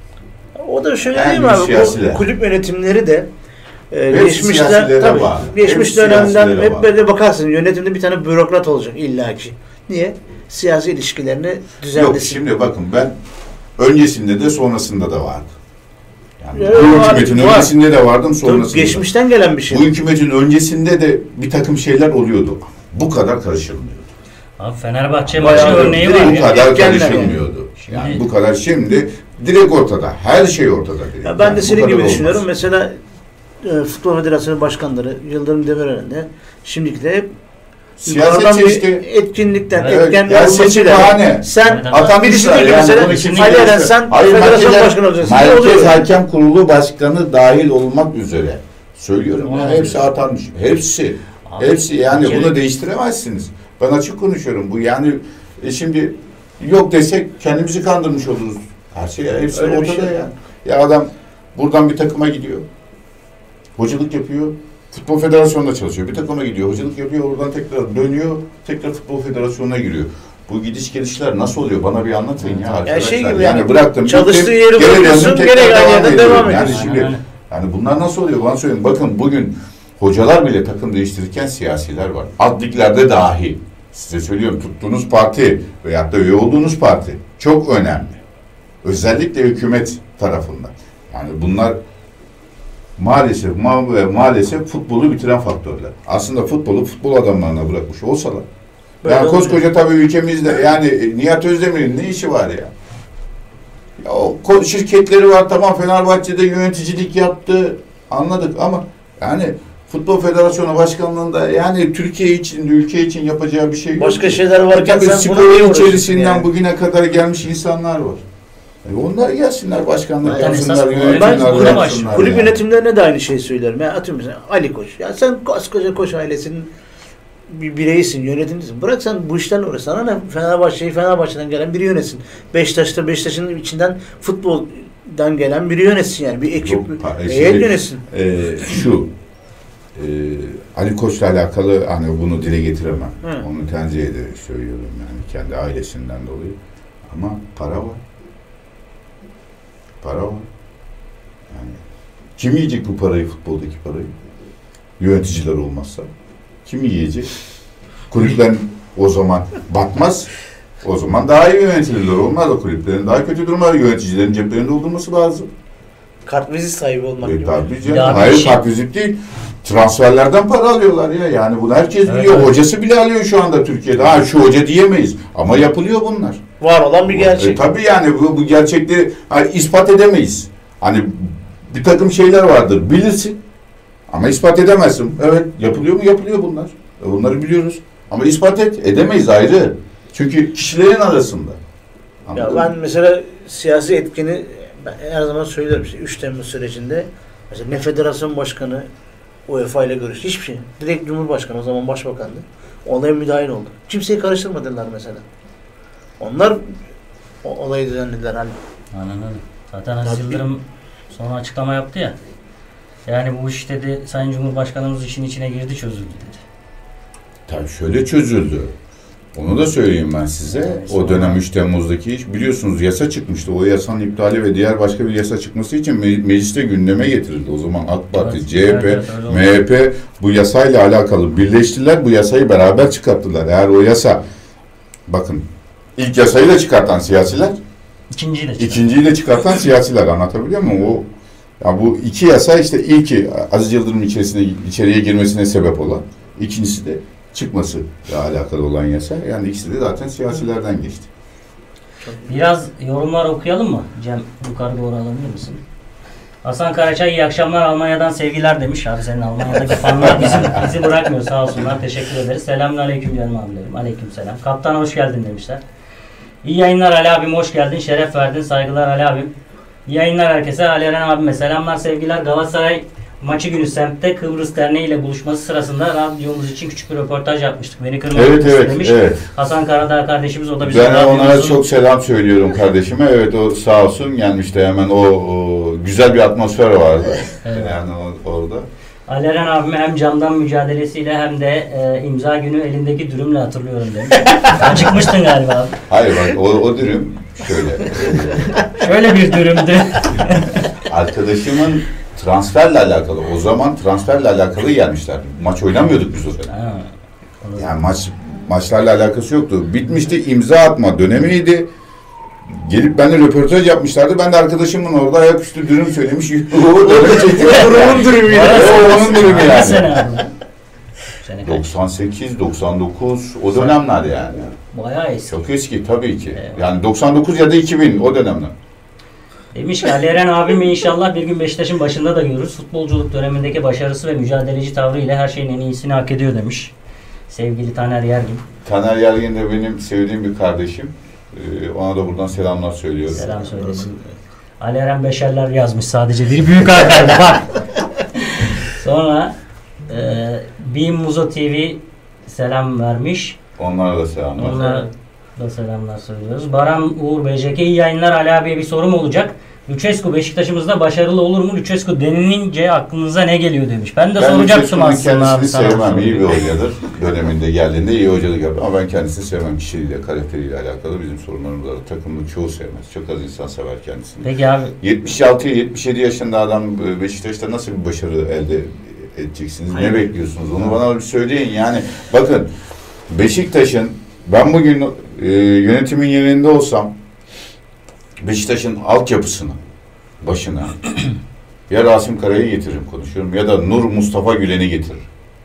o da şöyle En değil mi büyük abi? siyasiler. Bu kulüp yönetimleri de e, Hepsi geçmişte siyasilere tabii bağlı. geçmiş Hepsi dönemden siyasilere hep bağlı. böyle bakarsın, yönetimde bir tane bürokrat olacak illaki. Niye? Siyasi ilişkilerini düzenlesin. Yok şimdi bakın ben öncesinde de sonrasında da vardı. Yani Ya, bu var, hükümetin var. öncesinde de vardım Tabii sonrasında. geçmişten gelen bir şey. Bu hükümetin öncesinde de bir takım şeyler oluyordu. Bu kadar karışılmıyordu. Abi Fenerbahçe Bayağı maçı örneği var Bu ya. kadar etkenler karışılmıyordu. Şimdi- Yani bu kadar şimdi direkt ortada. Her şey ortada. Direkt. Ya ben Yani de bu senin kadar gibi olmaz. düşünüyorum. Mesela e, Futbol Federasyonu Başkanları Yıldırım Demirören'de şimdiki de hep Siyaset yukarıdan bir işte etkinlikten, Evet, etken ya seçim olmasıyla bahane. sen Evet, Atanmışlar birisi diyor ki yani mesela bunu şimdi Ali Eren göster- sen Hayır, federasyon Merkez- başkanı olacaksın. Ne Merkez oluyor? Hakem Kurulu Başkanı dahil olmak üzere. Söylüyorum Ona ya, da hepsi atanmış. Hepsi. Abi, hepsi yani bir kere- bunu değiştiremezsiniz. Ben açık konuşuyorum. Bu yani e şimdi yok desek kendimizi kandırmış oluruz. Her şey hepsi Öyle bir ortada şey. ya. Ya adam buradan bir takıma gidiyor. Hocalık yapıyor. Futbol Federasyonu'nda çalışıyor. Bir takıma gidiyor. Hocalık yapıyor. Oradan tekrar dönüyor. Tekrar Futbol Federasyonu'na giriyor. Bu gidiş gelişler nasıl oluyor? Bana bir anlatın ya arkadaşlar. şey gibi yani, yani, bıraktım. çalıştığı gittim, yeri geri bırakıyorsun, döndüm, gene tekrar aynı yerden ediyorum. devam Yani ediyorsun. şimdi Aynen. yani bunlar nasıl oluyor? Bana söyleyin. Bakın bugün hocalar bile takım değiştirirken siyasiler var. Alt liglerde dahi. Size söylüyorum, tuttuğunuz parti veyahut da üye olduğunuz parti çok önemli. Özellikle hükümet tarafından. Yani bunlar maalesef ma ve maalesef futbolu bitiren faktörler. Aslında futbolu futbol adamlarına bırakmış olsalar. Böyle Yani olmuyor. koskoca tabii ülkemizde yani e, Nihat Özdemir'in ne işi var ya? Ya o ko- şirketleri var, tamam, Fenerbahçe'de yöneticilik yaptı, anladık ama yani Futbol Federasyonu Başkanlığında yani Türkiye için, ülke için yapacağı bir şey yok. Başka ki. şeyler varken Tabii sen buna niye sporun uğraşıyorsun içerisinden yani? bugüne kadar gelmiş insanlar var. E onlar gelsinler, başkanlık Yani yapsınlar, esas yönetimler ben buna yapsınlar. başlıyorum. Kulüp yani. yönetimlerine de aynı şeyi söylüyorum. Yani atıyorum mesela Ali Koç. Ya sen koskoca Koç ailesinin bir bireysin, yönetimcisin. Bırak sen bu işlerle uğraş. Sana ne? Fenerbahçe'yi Fenerbahçe'den gelen biri yönetsin. Beşiktaş'ta Beşiktaş'ın içinden futboldan gelen biri yönetsin yani. Bir ekip, Yok, ha, e, heyet şimdi, yönetsin. e, şu e, Ali Koç'la alakalı hani bunu dile getiremem. Hı. Onu tenzih ederek söylüyorum yani kendi ailesinden dolayı. Ama para var. Para var. Yani kim yiyecek bu parayı, futboldaki parayı? Yöneticiler olmazsa. Kim yiyecek? Kulüpler o zaman batmaz. O zaman daha iyi yönetilirler. Olmaz o kulüplerin. Daha kötü durumlar. Yöneticilerin ceplerinde doldurması lazım. Kartvizit sahibi olmak E, gibi. tabii canım. Ya bir Hayır, şey- kartvizit değil. Transferlerden para alıyorlar ya. Yani bunu herkes Evet, biliyor. evet. Hocası bile alıyor şu anda Türkiye'de. Ha şu hoca diyemeyiz. Ama yapılıyor bunlar. Var olan bir gerçek. E, tabii yani bu, bu gerçekleri hani ispat edemeyiz. Hani bir takım şeyler vardır. Bilirsin. Ama ispat edemezsin. Evet, yapılıyor mu? Yapılıyor bunlar. E, bunları biliyoruz. Ama ispat et. Edemeyiz, ayrı. Çünkü kişilerin arasında. Ya Anladın ben mı? mesela siyasi etkini ben her zaman söylerim işte üç Temmuz sürecinde mesela ne federasyon başkanı U E F A ile görüştü, hiçbir şey. Direkt Cumhurbaşkanı, o zaman başbakandı. Olaya müdahil oldu. Kimseyi karıştırmadılar mesela. Onlar o olayı düzenlediler hani. Aynen öyle. Zaten Aziz Tabii. Yıldırım sonra açıklama yaptı ya. Yani bu iş dedi Sayın Cumhurbaşkanımız işin içine girdi, çözüldü dedi. Tabii şöyle çözüldü. Onu da söyleyeyim ben size. O dönem üç Temmuz'daki iş biliyorsunuz yasa çıkmıştı. O yasanın iptali ve diğer başka bir yasa çıkması için me- mecliste gündeme getirildi. O zaman AK Parti, Evet, C H P, evet, evet, M H P bu yasayla alakalı birleştiler. Bu yasayı beraber çıkarttılar. Eğer o yasa, bakın ilk yasayı da çıkartan siyasiler, İkinciyi de çıkar. ikinciyi de çıkartan siyasiler, anlatabiliyor muyum? O ya bu iki yasa işte ilki Aziz Yıldırım'ın içerisine içeriye girmesine sebep olan, ikincisi de çıkması ile alakalı olan yasa. Yani ikisi de zaten siyasilerden geçti. Biraz yorumlar okuyalım mı? Cem yukarı doğru alabilir misin? Hasan Karaçay iyi akşamlar, Almanya'dan sevgiler demiş. Abi senin Almanya'daki fanlar bizi, bizi bırakmıyor, sağ olsunlar, teşekkür ederiz. Selamünaleyküm canım abilerim. Aleyküm selam. Kaptan hoş geldin demişler. İyi yayınlar Ali abim, hoş geldin, şeref verdin, saygılar Ali abim. İyi yayınlar herkese. Ali Eren abime selamlar, sevgiler. Galatasaray maçı günü semtte Kıbrıs Derneği ile buluşması sırasında radyomuz için küçük bir röportaj yapmıştık. Beni kırmamak Evet, evet, demiş. evet. Hasan Karadağ kardeşimiz, o da bizim Ben ona radyomuzun- çok selam söylüyorum kardeşime. Evet, o sağ olsun gelmişti hemen, o, o güzel bir atmosfer vardı. Evet. Yani o, orada. Ali Eren abime hem camdan mücadelesiyle hem de e, imza günü elindeki dürümle hatırlıyorum demiş. Acıkmıştın galiba abi. Hayır bak, o, o dürüm şöyle. Şöyle bir dürümdü. Arkadaşımın transferle alakalı, o zaman transferle alakalı gelmişlerdi. Maç oynamıyorduk biz o dönem. Ha, Yani maç maçlarla alakası yoktu. Bitmişti, imza atma dönemiydi. Gelip benimle röportaj yapmışlardı. Ben de arkadaşımın orada ayaküstü dürüm söylemiş. O dönem çekti. Onun dürümü yani. O onun dürümü Hangi yani. sene abi? Sene kaç? doksan sekiz, doksan dokuz o dönemler yani. Bayağı eski. Çok eski tabii ki. Evet. Yani doksan dokuz ya da iki bin o dönemler. Demiş ki Ali Eren abimi inşallah bir gün Beşiktaş'ın başında da görürüz. Futbolculuk dönemindeki başarısı ve mücadeleci tavrı ile her şeyin en iyisini hak ediyor demiş. Sevgili Taner Yergin. Taner Yergin de benim sevdiğim bir kardeşim. Ee, ona da buradan selamlar söylüyorum. Selam söylesin. Ali Eren Beşerler yazmış sadece. Bir büyük harflerle bak. Sonra e, Beam Muzo T V selam vermiş. Onlara da selamlar. Ona da selamlar söylüyoruz. Baran Uğur B J K iyi yayınlar. Ali abiye bir sorum olacak. Lucescu Beşiktaş'ımızda başarılı olur mu? Lucescu denilince aklınıza ne geliyor demiş. Ben de Ben soracaktım Lucescu'nun aslında abi kendisini sana. bu sevmem. soruyu. İyi bir hocadır. Döneminde geldiğinde iyi hocalık yaptı. Ama ben kendisini sevmem. Kişiliğiyle, karakteriyle alakalı bizim sorunlarımız var. Takımın çoğu sevmez. Çok az insan sever kendisini. Peki abi. yetmiş altı yetmiş yedi yaşında adam Beşiktaş'ta nasıl bir başarı elde edeceksiniz? Aynen. Ne bekliyorsunuz? Onu bana bir söyleyin. Yani bakın, Beşiktaş'ın, ben bugün e, yönetimin yerinde olsam Beşiktaş'ın altyapısını başına ya Rasim Kara'yı getiririm, konuşuyorum, ya da Nur Mustafa Gülen'i getiririm.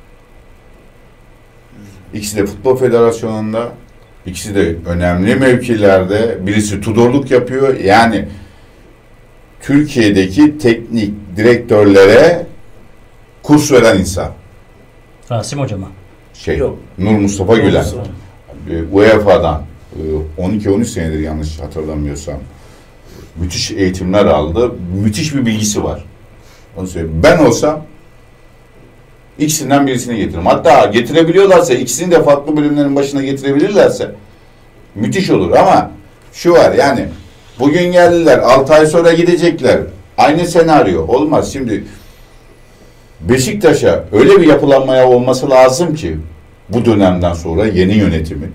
İkisi de Futbol Federasyonu'nda, ikisi de önemli mevkilerde. Birisi tudorluk yapıyor. Yani Türkiye'deki teknik direktörlere kurs veren insan. Rasim hocama. Şey, Yok. Nur Mustafa Nur Gülen. Mustafa. U E F A'dan on iki on üç senedir yanlış hatırlamıyorsam müthiş eğitimler aldı. Müthiş bir bilgisi var. Onu söyleyeyim. Ben olsam ikisinden birisini getiririm. Hatta getirebiliyorlarsa, ikisini de farklı bölümlerin başına getirebilirlerse müthiş olur. Ama şu var yani, bugün geldiler, altı ay sonra gidecekler. Aynı senaryo olmaz. Şimdi Beşiktaş'a öyle bir yapılanmaya olması lazım ki bu dönemden sonra yeni yönetimin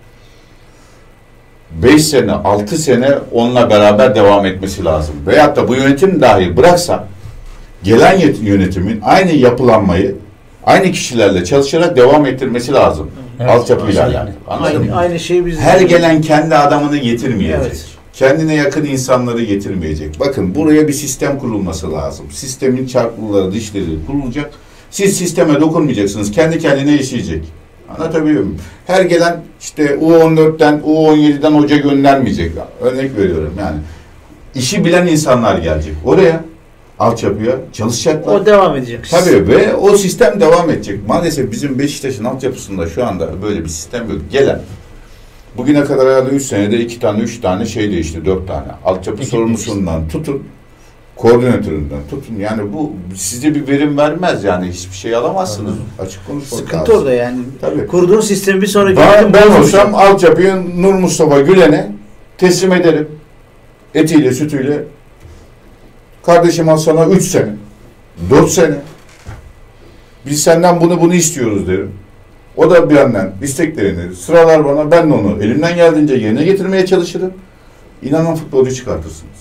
beş sene, altı sene onunla beraber devam etmesi lazım. Veyahut da bu yönetim dahi bıraksa gelen yönetimin aynı yapılanmayı aynı kişilerle çalışarak devam ettirmesi lazım. Evet, Altyapıyla kesinlikle. alakalı. Anladın Aynı, mı? aynı şey biz Her gelen kendi adamını getirmeyecek. Evet. Kendine yakın insanları getirmeyecek. Bakın, buraya bir sistem kurulması lazım. Sistemin çarklıları, dişleri kurulacak. Siz sisteme dokunmayacaksınız. Kendi kendine yaşayacak. Anlatabiliyor muyum? Her gelen işte U on dörtten, U on yediden hoca göndermeyecek. Örnek veriyorum yani. İşi bilen insanlar gelecek. Oraya, altyapıya çalışacaklar. o devam edecek. Tabii, ve o sistem devam edecek. Maalesef bizim Beşiktaş'ın altyapısında şu anda böyle bir sistem yok. Gelen, bugüne kadar herhalde üç senede iki tane, üç tane şey değişti, dört tane. Altyapı Ekip sorumlusundan tutun, koordinatöründen tutun. Yani bu size bir verim vermez yani. Hiçbir şey alamazsınız. Açık konuşmak Sıkıntı lazım. orada yani. Tabii. Kurduğun sistemi bir sonraki Ben, yönetim ben bozmayacak. olsam altyapıyı Nur Mustafa Gülen'e teslim ederim. Etiyle, sütüyle. Kardeşim, al sana üç sene, dört sene. Biz senden bunu bunu istiyoruz derim. O da bir yandan isteklerini sıralar bana. Ben de onu elimden geldiğince yerine getirmeye çalışırım. İnanın futbolcu çıkartırsınız.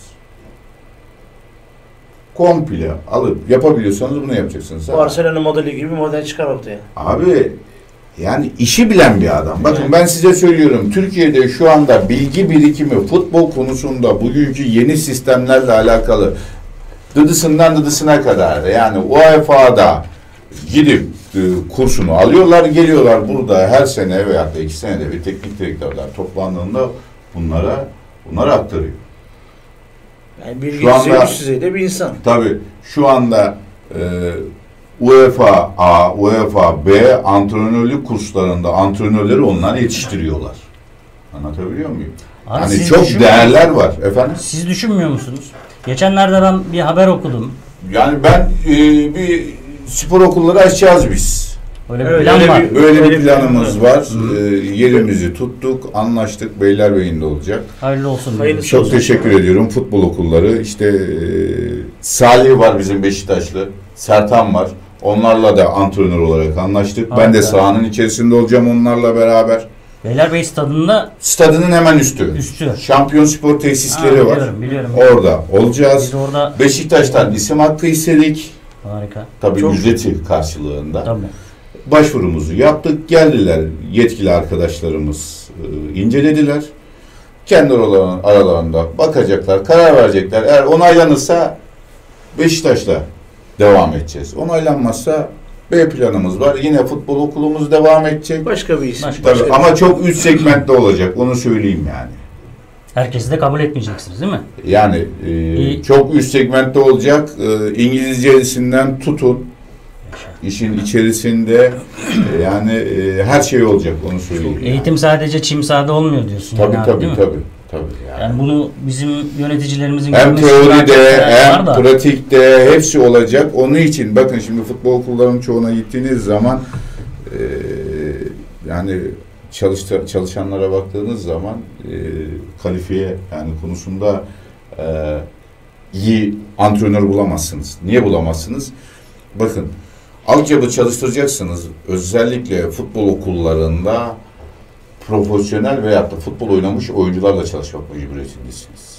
Komple alıp yapabiliyorsanız bunu yapacaksınız. Barcelona modeli gibi model çıkar ortaya. Abi yani işi bilen bir adam. Bakın ben size söylüyorum. Türkiye'de şu anda bilgi birikimi futbol konusunda bugünkü yeni sistemlerle alakalı dıdısından dıdısına kadar yani U E F A'da gidip e, kursunu alıyorlar, geliyorlar burada her sene veya da iki senede bir teknik direktörler toplandığında bunlara bunları aktarıyor. Yani bilgi Şu anda- üst düzeyde bir insan. Tabii şu anda e, U E F A A, U E F A B antrenörlük kurslarında antrenörleri onlar yetiştiriyorlar. Anlatabiliyor muyum? Abi hani siz çok düşünmüyor değerler var efendim. Siz düşünmüyor musunuz? Geçenlerde ben bir haber okudum. Yani ben e, bir spor okulları açacağız biz. Öyle bir Evet, plan öyle var. bir- Böyle Öyle bir bir planımız plan var. E, yerimizi tuttuk, anlaştık. Beylerbeyi'nde olacak. Hayırlı olsun. Hayırlısı Çok olsun. teşekkür ediyorum. Futbol okulları. İşte e, Salih var bizim Beşiktaşlı. Sertan var. Onlarla da antrenör olarak anlaştık. Ben Harika. de sahanın içerisinde olacağım onlarla beraber. Beylerbeyi stadında Stadının hemen üstü. üstü. Şampiyon spor tesisleri Ha, var. biliyorum, biliyorum. Orada olacağız. Biz orada Beşiktaş'tan isim hakkı istedik. harika. Tabii Çok- ücreti karşılığında. Tabii. Başvurumuzu yaptık. Geldiler yetkili arkadaşlarımız e, incelediler. Kendi aralarında, aralarında bakacaklar, karar verecekler. Eğer onaylanırsa Beşiktaş'la devam edeceğiz. Onaylanmazsa B planımız var. Yine futbol okulumuz devam edecek. Başka bir isim. Başka- Tabii, Başka ama çok üst segmentte olacak. Onu söyleyeyim yani. Herkesi de kabul etmeyeceksiniz değil mi? Yani e, İyi. çok üst segmentte olacak. E, İngilizcesinden tutun. İşin içerisinde e, yani e, her şey olacak. Onu söyleyeyim. yani. Eğitim sadece çim sahada olmuyor diyorsun. Tabii yani abi, tabii değil mi? tabii. Tabii yani. Yani bunu bizim yöneticilerimizin Hem görmesi teoride zaten var hem da. pratikte hepsi olacak. Onun için bakın şimdi futbol okullarının çoğuna gittiğiniz zaman e, yani çalıştı, çalışanlara baktığınız zaman e, kalifiye yani konusunda e, iyi antrenör bulamazsınız. Niye bulamazsınız? Bakın altyapı çalıştıracaksınız. Özellikle futbol okullarında profesyonel veyahut da futbol oynamış oyuncularla çalışmak mecburiyetindesiniz.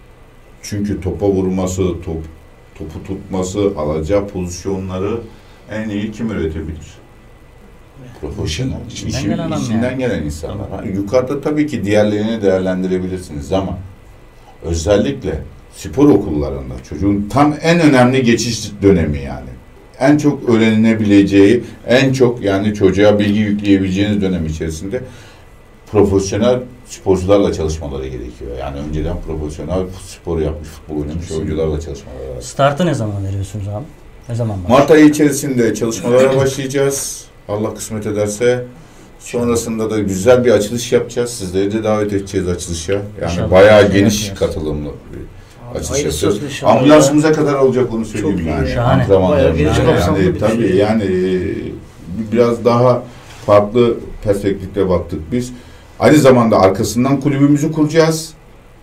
Çünkü topa vurması, top, topu tutması, alacağı pozisyonları en iyi kim üretebilir? Profesyonel. İçinden İşin- gelen adam içinden yani. gelen insanlar. Ha, yukarıda tabii ki diğerlerini değerlendirebilirsiniz ama özellikle spor okullarında çocuğun tam en önemli geçiş dönemi yani. En çok öğrenebileceği, en çok yani çocuğa bilgi yükleyebileceğiniz dönem içerisinde profesyonel sporcularla çalışmaları gerekiyor. Yani önceden profesyonel spor yapmış, futbol oynamış oyuncularla çalışmaları lazım. Startı ne zaman veriyorsunuz abi? Ne zaman başlıyor? Mart ayı içerisinde çalışmalara başlayacağız. Allah kısmet ederse. Sonrasında da güzel bir açılış yapacağız. Sizleri de davet edeceğiz açılışa. Yani İnşallah. bayağı Şey geniş yapacağız. katılımlı bir açılış Hayırlısı yapacağız. olsun inşallah. Ambulansımıza kadar olacak onu söyleyeyim Çok iyi yani. ya. Şahane. Antrenmanlarımız. Bayağı geniş kapsamlı Yani, bir tabii şey. yani e, biraz daha farklı perspektifte baktık biz. Aynı zamanda arkasından kulübümüzü kuracağız.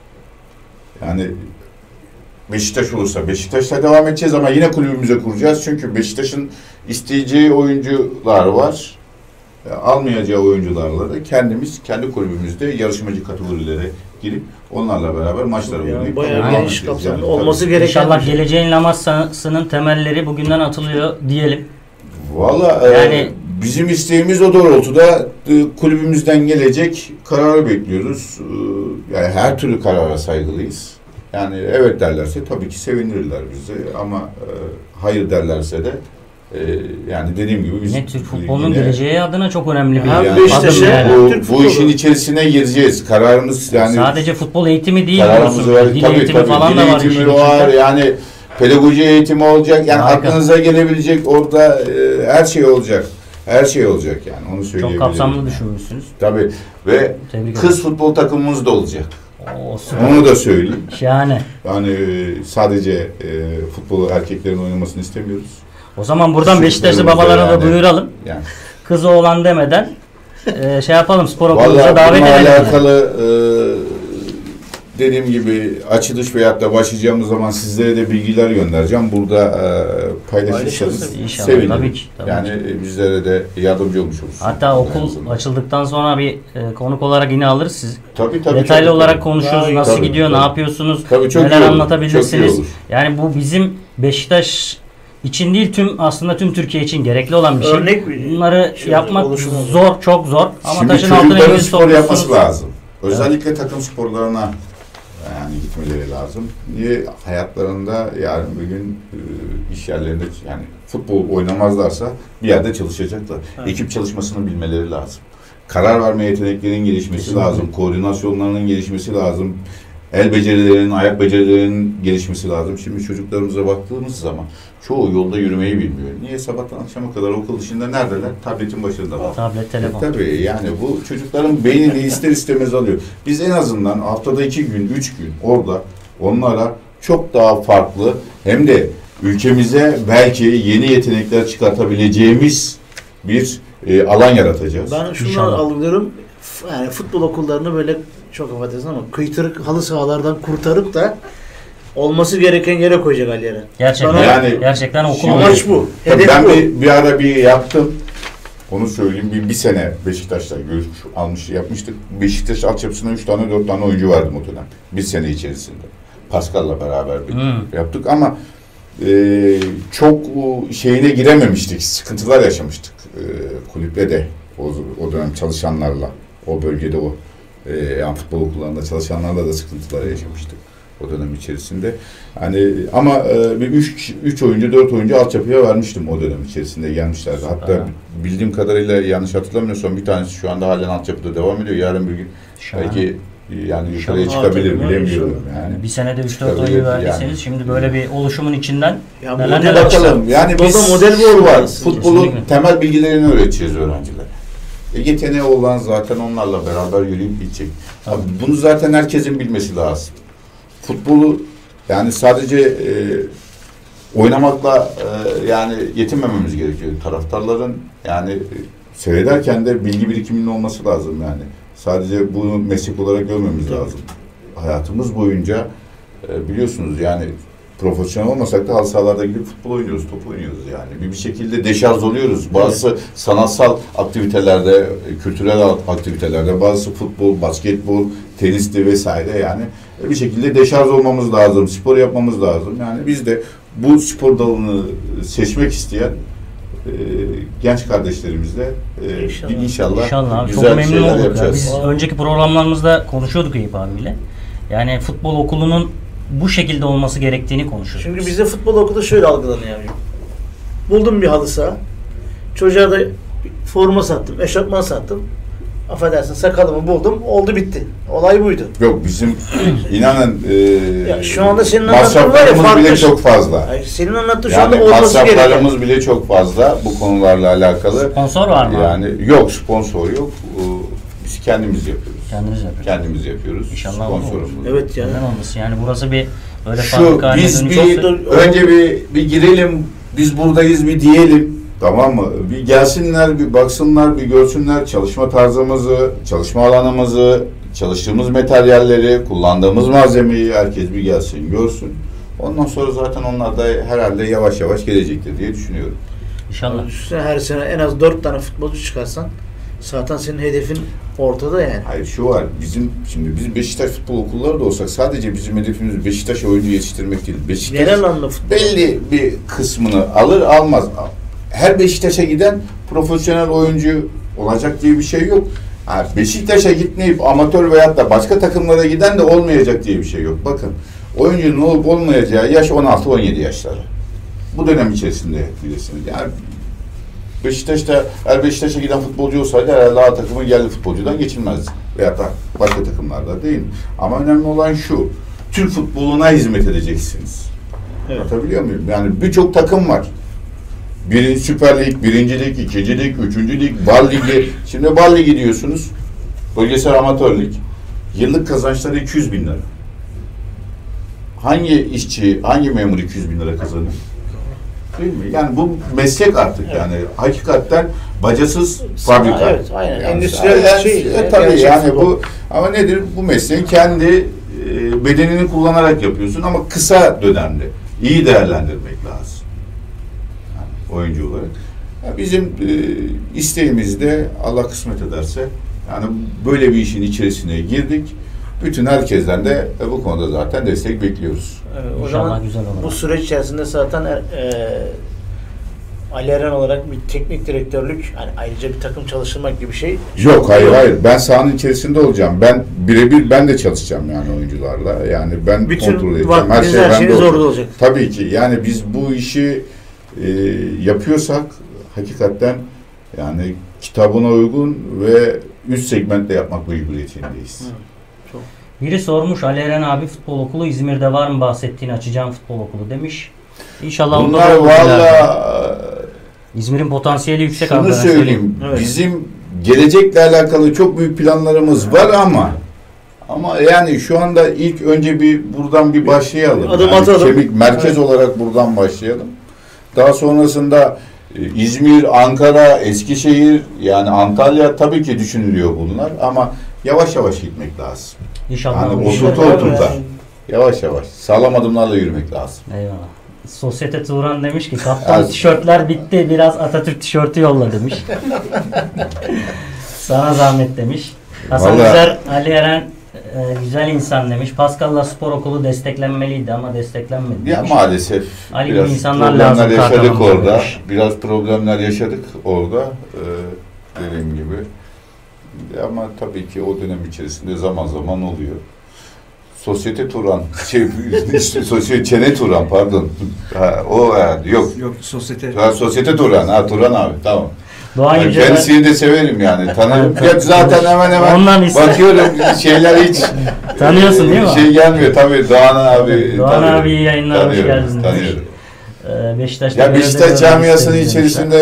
Yani Beşiktaş olursa Beşiktaş'ta devam edeceğiz ama yine kulübümüze kuracağız. Çünkü Beşiktaş'ın isteyeceği oyuncular var. E, Almayacağı oyuncularla da kendimiz kendi kulübümüzde yarışmacı kategorilere girip onlarla beraber maçlar Yani oynayıp bayağı devam geniş edeceğiz. kapsamlı Yani olması tabii. gereken İnşallah bir şey. geleceğin Lamassa'sının temelleri bugünden atılıyor diyelim. Valla Yani- e, bizim isteğimiz o doğrultuda e, kulübümüzden gelecek kararı bekliyoruz. E, yani her türlü karara saygılıyız. Yani evet derlerse tabii ki sevinirler bizi ama e, hayır derlerse de e, yani dediğim gibi biz Yine Türk futbolunun yine- geleceği adına çok önemli bir Hem yani Beşiktaş'a adım yani. bu, Türk bu futbolu. işin içerisine gireceğiz. Kararımız yani Sadece futbol eğitimi değil kararımız diyorsun. var. Dil Tabii eğitimi tabii. falan Dil da var eğitimi işin var. içinde. Yani pedagoji eğitimi olacak. Yani Harika. aklınıza gelebilecek orada e, her şey olacak. Her şey olacak yani. Onu söyleyebilirim. Çok kapsamlı yani. düşünmüşsünüz. Tabii. Ve Tebrik kız ederim. futbol takımımız da olacak. Oo, süper. Onu da söyleyeyim. Şahane. Yani e, sadece e, futbolu erkeklerin oynamasını istemiyoruz. O zaman buradan Çocuklarımız Beşiktaşlı da babalara da yani- duyuralım. Yani. Kız oğlan demeden e, şey yapalım spor okulumuza Vallahi davet bununla edelim. yani. alakalı e, dediğim gibi açılış veyahut da başlayacağımız zaman sizlere de bilgiler göndereceğim. Burada e, paylaşırsanız İnşallah, sevinirim. tabii ki, tabii yani ki. bizlere de yardımcı olmuş olursunuz. Hatta okul açıldıktan sonra bir e, konuk olarak yine alırız siz. Tabii, tabii, Detaylı tabii, olarak tabii. konuşuyoruz. Tabii, Nasıl tabii, gidiyor, tabii. ne yapıyorsunuz, Tabii, çok neler iyi olur, anlatabilirsiniz. çok iyi olur. Yani bu bizim Beşiktaş için değil, tüm aslında tüm Türkiye için gerekli olan bir şey. Örnek bir Bunları şey yapmak oluşumu. zor, çok zor. Ama Şimdi taşın altına çocukların elinizi spor yapması sokmuşsunuz. lazım. Özellikle takım sporlarına yani gitmeleri lazım. Niye? Hayatlarında yarın bir gün e, iş yerlerinde yani futbol oynamazlarsa bir yerde çalışacaklar. Evet. Ekip çalışmasını bilmeleri lazım. Karar verme yeteneklerinin gelişmesi Kesinlikle. lazım. Koordinasyonlarının gelişmesi lazım. El becerilerinin, ayak becerilerinin gelişmesi lazım. Şimdi çocuklarımıza baktığımız zaman çoğu yolda yürümeyi bilmiyor. Niye? Sabahtan akşama kadar okul dışında neredeler? Tabletin başındalar. Tablet, telefon. E, tabii yani bu çocukların beynini ister istemez alıyor. Biz en azından haftada iki gün, üç gün orada onlara çok daha farklı hem de ülkemize belki yeni yetenekler çıkartabileceğimiz bir e, alan yaratacağız. Ben şunu İnşallah. alıyorum. f- Yani futbol okullarını böyle çok affedersin ama kıytırık halı sahalardan kurtarıp da olması gereken yere koyacak Ali Eren. Gerçekten, Bana- Yani- gerçekten okul Şimdi- Amaç bu. Tabii Hedef ben bu. bir, bir ara bir yaptım. Onu söyleyeyim. Bir, bir sene Beşiktaş'ta görüşmüş, almış, yapmıştık. Beşiktaş altyapısına üç tane, dört tane oyuncu vardı o dönem. Bir sene içerisinde. Pascal'la beraber bir Hmm. yaptık ama e, çok o, şeyine girememiştik. Sıkıntılar yaşamıştık. E, kulüple de o, o dönem çalışanlarla. O bölgede o e, yani futbol okullarında çalışanlarla da sıkıntılar yaşamıştık. O dönem içerisinde. Hani ama e, bir üç, üç oyuncu, dört oyuncu altyapıya vermiştim o dönem içerisinde gelmişlerdi. Hatta Aha. bildiğim kadarıyla yanlış hatırlamıyorsam bir tanesi şu anda halen altyapıda devam ediyor. Yarın bir gün Şahane. belki yani yukarıya İnşallah. çıkabilir Altyapıda bilemiyorum inşallah. yani. Bir senede üç dört Çıkabilir oyuncu verdiyseniz yani. şimdi böyle bir oluşumun içinden Ya neler model neler çıkar. Bakalım yani Futbolda biz model bu şu olmalı var. aslında. Futbolun Kesinlikle. temel bilgilerini öğreteceğiz öğrencilere. E, yeteneği olan zaten onlarla beraber yürüyüp gidecek. Abi, bunu zaten herkesin bilmesi lazım. Futbolu yani sadece e, oynamakla e, yani yetinmememiz gerekiyor. Taraftarların yani e, seyrederken de bilgi birikiminin olması lazım yani. Sadece bunu meslek olarak görmemiz lazım. Hayatımız boyunca e, biliyorsunuz yani profesyonel olmasak da halı sahalarda gidip futbol oynuyoruz, top oynuyoruz yani. Bir, bir şekilde deşarj oluyoruz. Bazı sanatsal aktivitelerde, kültürel aktivitelerde, bazı futbol, basketbol, tenisti vesaire yani bir şekilde deşarj olmamız lazım, spor yapmamız lazım. Yani biz de bu spor dalını seçmek isteyen e, genç kardeşlerimizle e, İnşallah. inşallah, İnşallah abi, çok güzel memnun şeyler olduk. Ya. yapacağız. Biz önceki programlarımızda konuşuyorduk Eyüp abiyle. Yani futbol okulunun bu şekilde olması gerektiğini konuşuyorduk. Çünkü biz. bizde futbol okulu şöyle algılanıyor abicim. Buldum bir halı saha. Çocuğa da forma sattım, eşofman sattım. Affedersin sakalımı buldum, oldu bitti. Olay buydu. Yok bizim inanın e, Ya şu anda senin anlattığın var ya, masraflarımız farklı bile şey. çok fazla. Hayır, senin anlattığın şu Yani anda olması gereken. masraflarımız bile çok fazla bu konularla alakalı. Sponsor var mı? Yani yok, sponsor yok. Ee, Biz kendimiz yapıyoruz. Kendiniz yapıyorsunuz. Kendimiz yapıyoruz. İnşallah olur. Sponsorumuz. Evet yani. Neden olmasın? Yani burası bir böyle Şu fabrika haline biz dönüşürse- bir önce bir bir girelim. Biz buradayız bir diyelim. Tamam mı? Bir gelsinler, bir baksınlar, bir görsünler çalışma tarzımızı, çalışma alanımızı, çalıştığımız materyalleri, kullandığımız malzemeyi herkes bir gelsin, görsün. Ondan sonra zaten onlar da herhalde yavaş yavaş gelecektir diye düşünüyorum. İnşallah. Düşünsene her sene en az dört tane futbolcu çıkarsan zaten senin hedefin ortada yani. Hayır şu var, bizim şimdi biz Beşiktaş futbol okulları da olsak sadece bizim hedefimiz Beşiktaş oyuncu yetiştirmek değil. Beşiktaş Genel anlamda futbol. belli bir kısmını alır almaz. Her Beşiktaş'a giden profesyonel oyuncu olacak diye bir şey yok. Ha, Beşiktaş'a gitmeyip amatör veyahut da başka takımlara giden de olmayacak diye bir şey yok. Bakın oyuncunun olup olmayacağı yaş on altı on yedi yaşları. Bu dönem içerisinde bilirsiniz. Yani Beşiktaş'ta eğer Beşiktaş'a giden futbolcu olsaydı herhalde A takımı yerli futbolcudan geçilmezdi. Veyahut da başka takımlarda değil mi? Ama önemli olan şu, Türk futboluna hizmet edeceksiniz. Evet. Anlatabiliyor muyum? Yani birçok takım var. Birinci Süper Lig, Birinci Lig, İkinci Lig, Üçüncü Lig, Bal Ligi. Şimdi Bal Ligi diyorsunuz. Bölgesel Amatör Lig. Yıllık kazançları iki yüz bin lira. Hangi işçi, hangi memur iki yüz bin lira kazanır? Değil mi? Yani bu meslek artık Evet. yani. Hakikaten bacasız fabrika. Evet, aynen. Yani, Endüstriyel yani, şey. e, tabii gerçek yani futbol. bu ama nedir? Bu mesleğin kendi e, bedenini kullanarak yapıyorsun ama kısa dönemde iyi değerlendirmek lazım. Yani oyuncu olarak. Ya bizim e, isteğimiz de Allah kısmet ederse yani böyle bir işin içerisine girdik. Bütün herkesten de e, bu konuda zaten destek bekliyoruz. Evet, o İnşallah zaman güzel olur. bu süreç içerisinde zaten e, Ali Eren olarak bir teknik direktörlük, yani ayrıca bir takım çalıştırmak gibi bir şey. Yok, hayır hayır. Ben sahanın içerisinde olacağım. Ben birebir ben de çalışacağım yani oyuncularla. Yani ben Bütün kontrol edeceğim. vaktiniz, şey her bende şeyiniz olacak. orada olacak. Tabii ki. Yani biz bu işi e, yapıyorsak hakikaten yani kitabına uygun ve üst segmentte yapmak mecburiyetindeyiz. Biri sormuş, Ali Eren abi futbol okulu İzmir'de var mı, bahsettiğini açacağım futbol okulu demiş. İnşallah Bunlar onda da olur ileride. valla İzmir'in potansiyeli yüksek. şunu abi, ben söyleyeyim. Evet. Bizim gelecekle alakalı çok büyük planlarımız var ama ama yani şu anda ilk önce bir buradan bir başlayalım. Adım yani atalım. Kemik merkez Evet. olarak buradan başlayalım. Daha sonrasında e, İzmir, Ankara, Eskişehir, yani Antalya tabii ki düşünülüyor bunlar ama yavaş yavaş gitmek lazım. İnşallah. Yani olur. o İnşallah. oturta oturta. Yavaş yavaş. Sağlam adımlarla yürümek lazım. Eyvallah. Sosyete Turan demiş ki kaptan Az- tişörtler bitti, biraz Atatürk tişörtü yolla demiş. Sana zahmet demiş. Hasan Vallahi- Üzer, Ali Eren e, güzel insan demiş. Pascal'la spor okulu desteklenmeliydi ama desteklenmedi Ya demiş. maalesef Ali biraz gibi insanlar problemler lazım yaşadık Kartal'ın orada. demiş. Biraz problemler yaşadık orada. Ee, dediğim gibi. Ama tabii ki o dönem içerisinde zaman zaman oluyor. Sosyete Turan, şey, sosyete Çene Turan pardon. Ha, o ha, yok. Yok sosyete. Ha, Sosyete Turan, ha Turan abi tamam. Doğan Yani Yüceler, kendisini de severim yani. Tanırım. Evet, Ya zaten hemen hemen Ondan iste- bakıyorum şeyler hiç Tanıyorsun değil mi? Şey gelmiyor tabii Doğan abi. Doğan tanıyorum. abi iyi yayınlar, hoş Tanıyorum, geldiniz demiş. Tanıyorum. e, Beşiktaş'ta Ya görevde Beşiktaş görmek camiasının isteriz içerisinde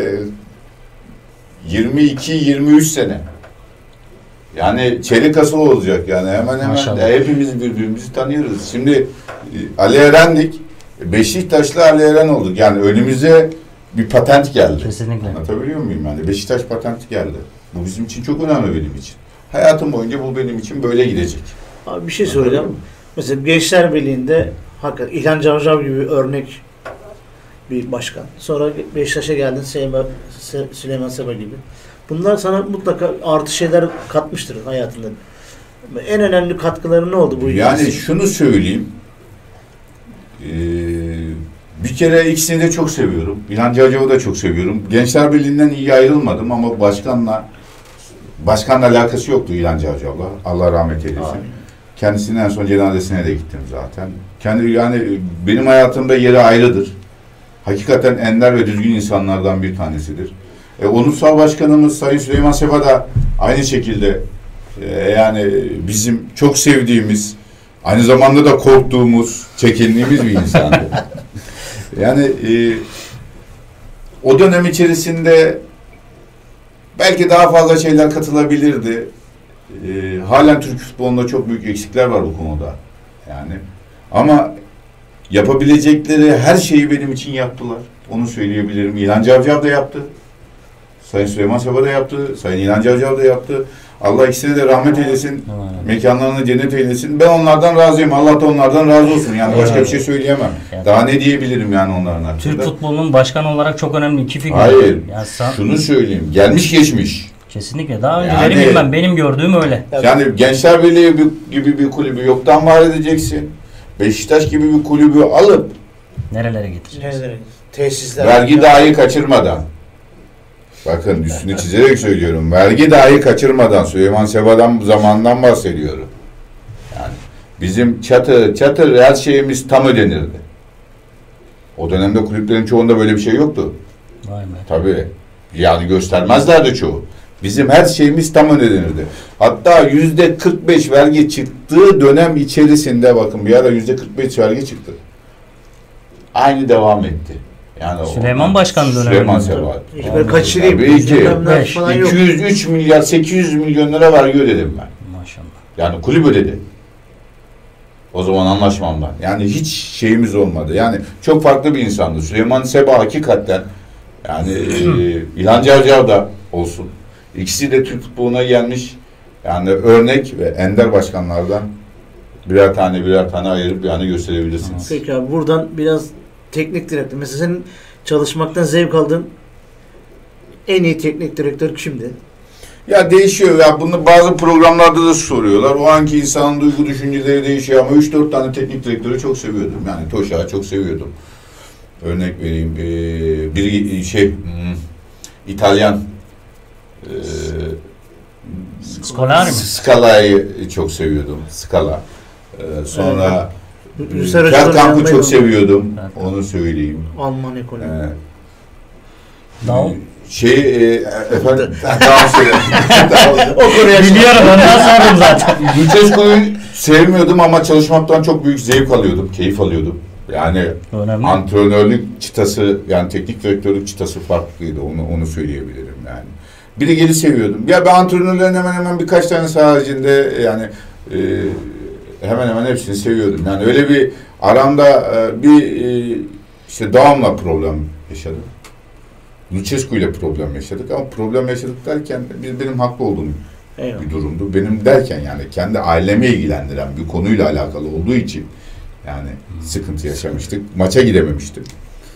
e, yirmi iki yirmi üç sene. Yani çelik asıl olacak yani hemen hemen Maşallah. ya hepimiz birbirimizi tanıyoruz. Şimdi e, Ali Eren'dik. Beşiktaşlı Ali Eren olduk. Yani önümüze bir patent geldi. Kesinlikle. Anlatabiliyor muyum yani? Beşiktaş patenti geldi. Bu bizim için çok önemli benim için. Hayatım boyunca bu benim için böyle gidecek. Abi bir şey söyleyeceğim. Mesela Gençler Birliği'nde hakikaten İlhan Cavcav gibi örnek bir başkan. Sonra Beşiktaş'a geldin Süleyman, Se- Süleyman Seba gibi. Bunlar sana mutlaka artı şeyler katmıştır hayatında. En önemli katkıları ne oldu bu Yani ikisi? şunu söyleyeyim. Ee, bir kere ikisini de çok seviyorum. İlhan Cavcav'ı da çok seviyorum. Gençler Birliği'nden iyi ayrılmadım ama başkanla başkanla alakası yoktu İlhan Cavcav'la. Allah rahmet eylesin. Amin. Kendisinin en son cenazesine de gittim zaten. Kendi yani benim hayatımda yeri ayrıdır. Hakikaten ender ve düzgün insanlardan bir tanesidir. E, Onursal Başkanımız Sayın Süleyman Sefa da aynı şekilde e, yani bizim çok sevdiğimiz, aynı zamanda da korktuğumuz, çekindiğimiz bir insandı. Yani e, o dönem içerisinde belki daha fazla şeyler katılabilirdi. E, halen Türk futbolunda çok büyük eksikler var bu konuda. Yani ama yapabilecekleri her şeyi benim için yaptılar. Onu söyleyebilirim. İlhan Cavcav da yaptı. Sayın Süleyman Seba da yaptı. Sayın İlhan Cavcav da yaptı. Allah ikisine de rahmet eylesin. Evet. Mekanlarını cennet eylesin. Ben onlardan razıyım. Allah da onlardan razı olsun. Yani başka bir şey söyleyemem. Evet. Daha ne diyebilirim yani onların hakkında? Türk futbolunun başkan olarak çok önemli iki figür. Hayır. Yani san- Şunu söyleyeyim. Gelmiş geçmiş. Kesinlikle. Daha önceleri Yani- bilmem. Benim gördüğüm öyle. Yani Gençler Birliği bir- gibi bir kulübü yoktan var edeceksin. Beşiktaş gibi bir kulübü alıp Nerelere getireceğiz? Neler? Tesisler. vergi dahi kaçırmadan, bakın üstünü çizerek söylüyorum, vergi dahi kaçırmadan Süleyman Seba'dan zamandan bahsediyorum. Yani bizim çatır çatır her şeyimiz tam ödenirdi. O dönemde kulüplerin çoğunda böyle bir şey yoktu. Vay be. Tabii. Yani göstermezlerdi çoğu. Bizim her şeyimiz tam ödenirdi. Hatta yüzde kırk beş vergi çıktığı dönem içerisinde bakın bir ara yüzde kırk beş vergi çıktı. Aynı devam etti. Yani o- Süleyman Başkan döneminde. Süleyman Seba. Hiç böyle kaçırayım. Tabii ki. bilmem ne Beş. falan yok. iki yüz üç milyar sekiz yüz milyon lira vergi ödedim ben. Maşallah. Yani kulüp ödedi. O zaman anlaşmamdan. Yani hiç şeyimiz olmadı. Yani çok farklı bir insandı. Süleyman Seba hakikaten yani e, İlhan Cavcav da olsun. İkisi de Türk futboluna gelmiş yani örnek ve ender başkanlardan birer tane birer tane ayırıp yani gösterebilirsiniz. Peki abi buradan biraz teknik direktör. Mesela senin çalışmaktan zevk aldığın en iyi teknik direktör kimdi? Ya değişiyor ya, bunu bazı programlarda da soruyorlar. O anki insanın duygu düşünceleri değişiyor ama üç dört tane teknik direktörü çok seviyordum. Yani Toşak'ı çok seviyordum. Örnek vereyim. Ee, bir şey hmm, İtalyan ee, Scolari mi? Scala'yı çok seviyordum. Scala. Ee, sonra Evet. Feldkamp'ı çok seviyordum. Onu söyleyeyim. Alman ekolü. Ee, Dal. Şey e, efendim daha söyle. O konuya Biliyorum, ondan sordum zaten. Lucescu'yu sevmiyordum ama çalışmaktan çok büyük zevk alıyordum, keyif alıyordum. Yani Önemli. antrenörlük çıtası, yani teknik direktörlük çıtası farklıydı. Onu onu söyleyebilirim yani. Bir de geri seviyordum. Ya ben antrenörlerin hemen hemen birkaç tanesi haricinde yani e, hemen hemen hepsini seviyordum. Yani öyle bir aramda e, bir e, işte Dağım'la problem yaşadım. Lucescu ile problem yaşadık ama problem yaşadık derken biz benim haklı olduğum Eyvallah. bir durumdu. Benim derken yani kendi ailemi ilgilendiren bir konuyla alakalı olduğu için yani sıkıntı yaşamıştık. Maça gidememiştim.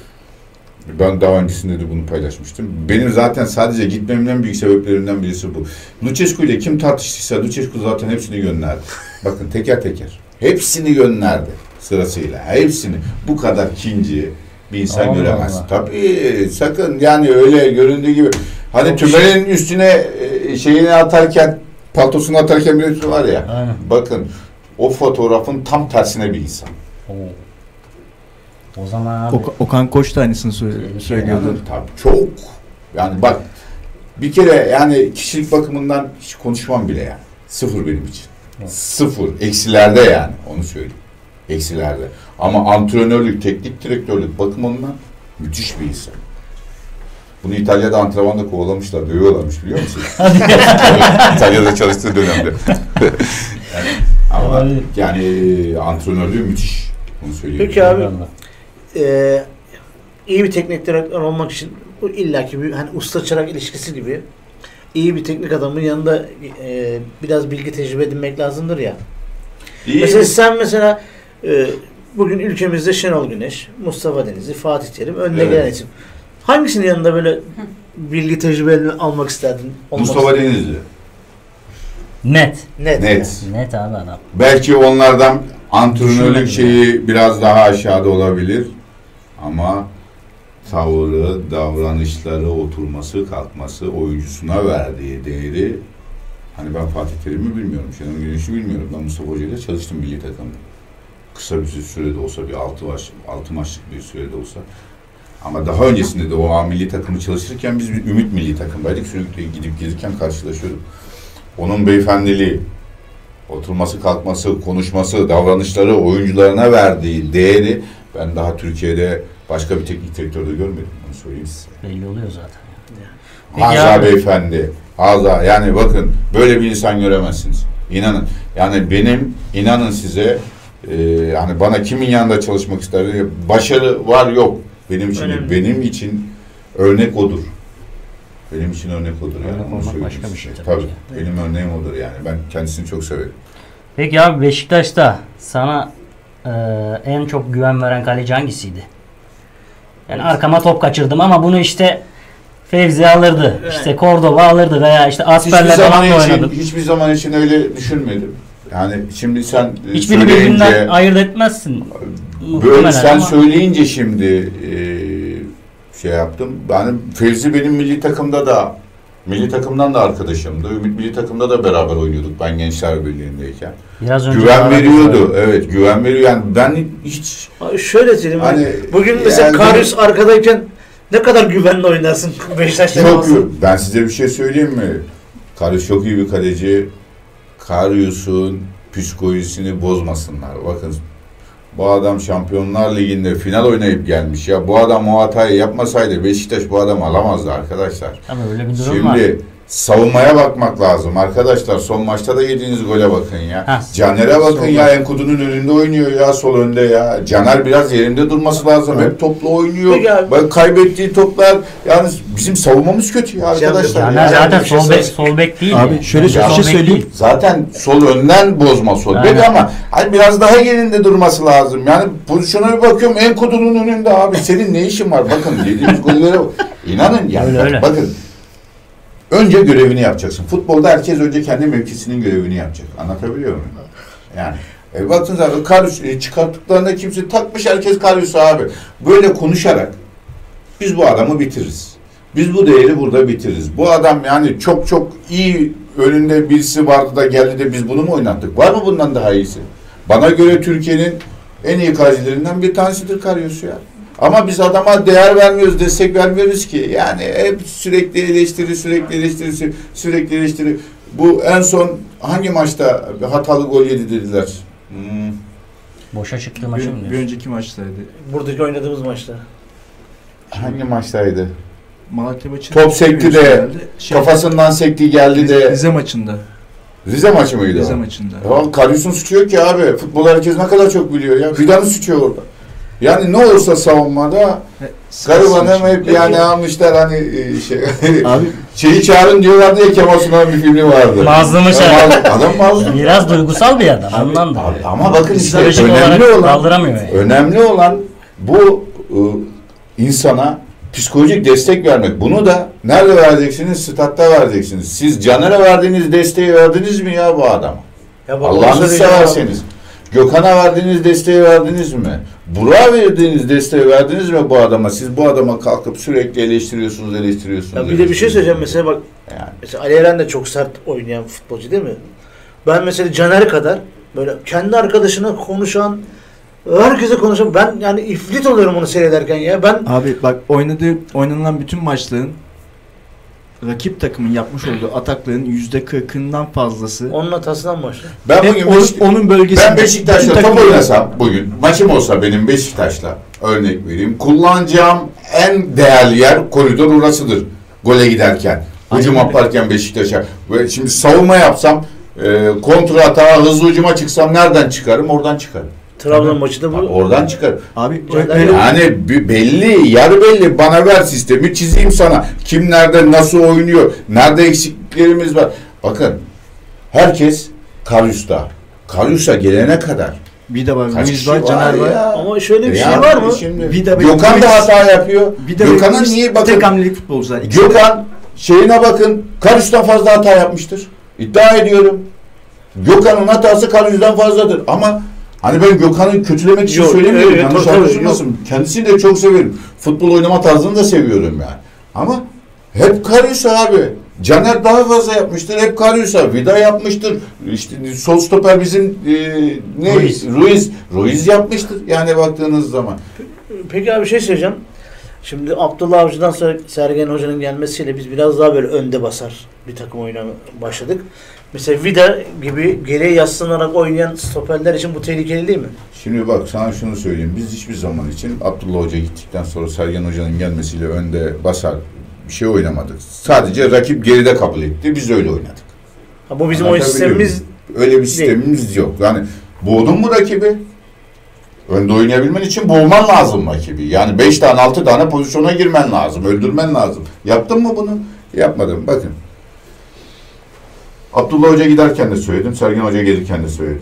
Ben daha öncesinde de bunu paylaşmıştım. Benim zaten sadece gitmemin en büyük sebeplerinden birisi bu. Lucescu ile kim tartıştıysa Lucescu zaten hepsini gönderdi. Bakın teker teker. Hepsini gönderdi sırasıyla. Hepsini. Bu kadar kinci bir insan Allah göremez. Allah. Tabii sakın yani öyle göründüğü gibi. Hani Çok tümenin üstüne e, şeyini atarken, paltosunu atarken bir var ya. Aynen. Bakın o fotoğrafın tam tersine bir insan. Oo. O zaman abi. Ok- Okan Koç da aynısını söyle- söylüyordu. Yani, tabii çok. Yani bak bir kere yani kişilik bakımından hiç konuşmam bile yani. Sıfır benim için. Evet. Sıfır. Eksilerde yani. Onu söyleyeyim. Eksilerde. Ama antrenörlük, teknik direktörlük bakımından müthiş bir insan. Bunu İtalya'da antrenmanda kovalamışlar, dövüyorlarmış biliyor musun? İtalya'da çalıştığı dönemde. yani, ama Olabilir. yani antrenörlüğü müthiş. Onu söyleyeyim. Peki abi, Eyvallah. e, iyi bir teknik direktör olmak için bu illaki bir hani usta çırak ilişkisi gibi iyi bir teknik adamın yanında e, biraz bilgi tecrübe edinmek lazımdır ya. İyi. Mesela sen mesela e, bugün ülkemizde Şenol Güneş, Mustafa Denizli, Fatih Terim önde Evet. gelen isim. Hangisinin yanında böyle bilgi tecrübe almak isterdin? olmak Mustafa isterdin? Denizli. Net. Net. Net. Net abi adam. Belki onlardan antrenörlük Düşünmedim şeyi biraz daha aşağıda olabilir. Ama tavırı, davranışları, oturması, kalkması, oyuncusuna verdiği değeri, hani ben Fatih Terim'i bilmiyorum, Şenol Güneş'i bilmiyorum. Ben Mustafa Hoca ile çalıştım milli takımda. Kısa bir sürede olsa, bir altı maç, altı maçlık bir sürede olsa. Ama daha öncesinde de o A milli takımı çalışırken biz bir Ümit milli takımdaydık. Sürekli gidip gelirken karşılaşıyorduk. Onun beyefendiliği, oturması, kalkması, konuşması, davranışları, oyuncularına verdiği değeri ben daha Türkiye'de başka bir teknik direktörde görmedim. Onu söyleyeyim size. Belli oluyor zaten. Peki Haza abi. beyefendi, Haza, yani bakın böyle bir insan göremezsiniz. İnanın. Yani benim, inanın size, e, yani bana kimin yanında çalışmak isterdi? Başarı var yok. Benim için, Önemli. benim için örnek odur. Benim için örnek odur yani. Örnek Onu olmak söyleyeyim başka bir size. şey tabii Tabii. ki. Benim örneğim odur yani. Ben kendisini çok severim. Peki abi, Beşiktaş'ta sana e, en çok güven veren kaleci hangisiydi? Yani arkama top kaçırdım ama bunu işte Fevzi alırdı. Evet. İşte Cordoba alırdı veya işte Hiçbir Asper'le zaman falan da için, oynadım. hiçbir zaman için öyle düşünmedim. Yani şimdi sen e, Hiçbirini söyleyince, birbirinden ayırt etmezsin. böyle Muhtemelen sen ama- söyleyince şimdi e, şey yaptım. Yani Fevzi benim milli takımda da, milli takımdan da arkadaşımdı. Ümit milli takımda da beraber oynuyorduk ben Gençler Birliği'ndeyken. Biraz önce Güven beraber veriyordu. söyledim. Evet, güven veriyor. Yani ben hiç Abi şöyle söyleyeyim. Hani, bugün mesela yani- Karius arkadayken ne kadar güvenli oynarsın Beşiktaş'ta. çok olsun. ben size bir şey söyleyeyim mi? Karius çok iyi bir kaleci. Karius'un psikolojisini bozmasınlar. Bakın, bu adam Şampiyonlar Ligi'nde final oynayıp gelmiş ya. Bu adam o hatayı yapmasaydı Beşiktaş bu adamı alamazdı arkadaşlar. Tabii öyle bir durum var. Şimdi savunmaya bakmak lazım. Arkadaşlar son maçta da yediğiniz gole bakın ya. Heh. Caner'e bakın Sol ya. bak. Enkudu'nun önünde oynuyor ya. Sol önde ya. Caner biraz yerinde durması lazım. Hep topla oynuyor. Peki abi. Bak kaybettiği toplar. Yani bizim savunmamız kötü ya arkadaşlar. Caner Yani zaten bir şey sol bek, söyle- sol bek değil. Abi yani. şöyle bir Sol şey bek söyleyeyim. değil. Zaten sol önden bozma sol bek Aynen. ama hani biraz daha yerinde durması lazım. Yani pozisyona bir bakıyorum Enkudu'nun önünde abi. Senin ne işin var? Bakın yediğimiz gollere bak. İnanın yani. Öyle, bak- öyle. Bakın. Önce görevini yapacaksın. Futbolda herkes önce kendi mevkisinin görevini yapacak. Anlatabiliyor muyum? Yani e baktınız abi Karius e, çıkarttıklarında kimse takmış herkes Karius abi. Böyle konuşarak biz bu adamı bitiririz. Biz bu değeri burada bitiririz. Bu adam yani çok çok iyi önünde birisi vardı da geldi de biz bunu mu oynattık? Var mı bundan daha iyisi? Bana göre Türkiye'nin en iyi kalecilerinden bir tanesidir Karius ya. Ama biz adama değer vermiyoruz, destek vermiyoruz ki. Yani hep sürekli eleştiri, sürekli eleştiri, sü- sürekli eleştiri. Bu en son hangi maçta hatalı gol yedi dediler? Hmm. Boşa çıktığı maçı mı Bir, bir diyorsun? önceki maçtaydı. Buradaki oynadığımız maçta. Hangi maçtaydı? Malatya maçı. Top sekti de, Şey, Kafasından sekti geldi Rize, de. Rize maçında. Rize maçı mıydı Rize o? maçında. Ya Karius'un suçu yok ki abi. Futbol herkes ne kadar çok biliyor ya. Vida'nın suçu yok orada. Yani ne olursa savunmada garibanım hep yani almışlar hani e, şey. Abi Şeyi çağırın diyorlardı ya, Kemal Sunal'ın bir filmi vardı. Mazlumu Ya, çağır. maz- Adam mazlum. Biraz duygusal bir adam. Ondan da. Abi, ama bakın işte Psikolojik önemli olarak olan kaldıramıyor yani. önemli olan bu ıı, insana psikolojik destek vermek. Bunu da nerede vereceksiniz? Statta vereceksiniz. Siz Caner'e verdiğiniz desteği verdiniz mi ya bu adama? Ya bak, Allah'ını onu söyleyeceğim severseniz. Gökhan'a verdiğiniz desteği verdiniz mi? Burak'a verdiğiniz desteği verdiniz mi bu adama? Siz bu adama kalkıp sürekli eleştiriyorsunuz, eleştiriyorsunuz. Ya bir de bir şey söyleyeceğim mesela bak. Yani. Mesela Ali Eren de çok sert oynayan futbolcu değil mi? Ben mesela Caner kadar böyle kendi arkadaşına konuşan, herkese konuşan, ben yani ifrit oluyorum onu seyrederken ya. Ben abi bak oynadığı oynanan bütün maçların rakip takımın yapmış olduğu atakların yüzde kırkından fazlası. onun hatasından başlıyor. Ben Hep bugün onun, Beşik- onun bölgesinde. ben Beşiktaş'la bütün top takımlar- oynasam bugün, maçım olsa benim Beşiktaş'la örnek vereyim. Kullanacağım en değerli yer koridor orasıdır gole giderken. Hücum Aynen öyle. yaparken Beşiktaş'a. Ve şimdi savunma yapsam, e, kontra atağa, hızlı hücuma çıksam nereden çıkarım? Oradan çıkarım. Trabzon maçı da bu. Bak, oradan çıkarım. Abi Caner- öyle- Yani b- belli, yer belli. Bana ver sistemi, çizeyim sana. Kim nerede, nasıl oynuyor, nerede eksikliklerimiz var. Bakın, herkes Karius'ta. Karius'a gelene kadar. Vida var, Kaç Luiz kişi var, Caner var. ya? Ama şöyle bir Ya şey var mı? Şimdi, Vida ve Gökhan da Luiz- hata yapıyor. Vida Gökhan'ın ve niye Luiz bakın? tek hamlelik futbolcular. İkisi de- Gökhan şeyine bakın. Karius'tan fazla hata yapmıştır. İddia ediyorum. Gökhan'ın hatası Karius'tan fazladır. Ama hani ben Gökhan'ı kötülemek için Yok, söylemiyorum. evet, Yanlış tabii, anlaşılmasın. Kendisini de çok severim. Futbol oynama tarzını da seviyorum yani. Ama hep Karius'a abi. Caner daha fazla yapmıştır. Hep Karius'a. Vida yapmıştır. İşte sol stoper bizim e, ne? Ruiz. Ruiz. Ruiz yapmıştır. Yani baktığınız zaman. Peki abi bir şey söyleyeceğim. Şimdi Abdullah Avcı'dan sonra Sergen Hoca'nın gelmesiyle biz biraz daha böyle önde basar bir takım oyuna başladık. Mesela Vida gibi geriye yaslanarak oynayan stoperler için bu tehlikeli değil mi? Şimdi bak sana şunu söyleyeyim. Biz hiçbir zaman için Abdullah Hoca gittikten sonra Sergen Hoca'nın gelmesiyle önde basar bir şey oynamadık. Sadece rakip geride kabul etti. Biz öyle oynadık. Ha, bu bizim oyun Anlatabiliyor sistemimiz. muyum? Öyle bir sistemimiz yok. Yani boğdun mu rakibi? Önde oynayabilmen için boğman lazım rakibi. Yani beş tane altı tane pozisyona girmen lazım. Öldürmen lazım. Yaptın mı bunu? Yapmadım. Bakın. Abdullah Hoca giderken de söyledim. Sergen Hoca gelirken de söyledim.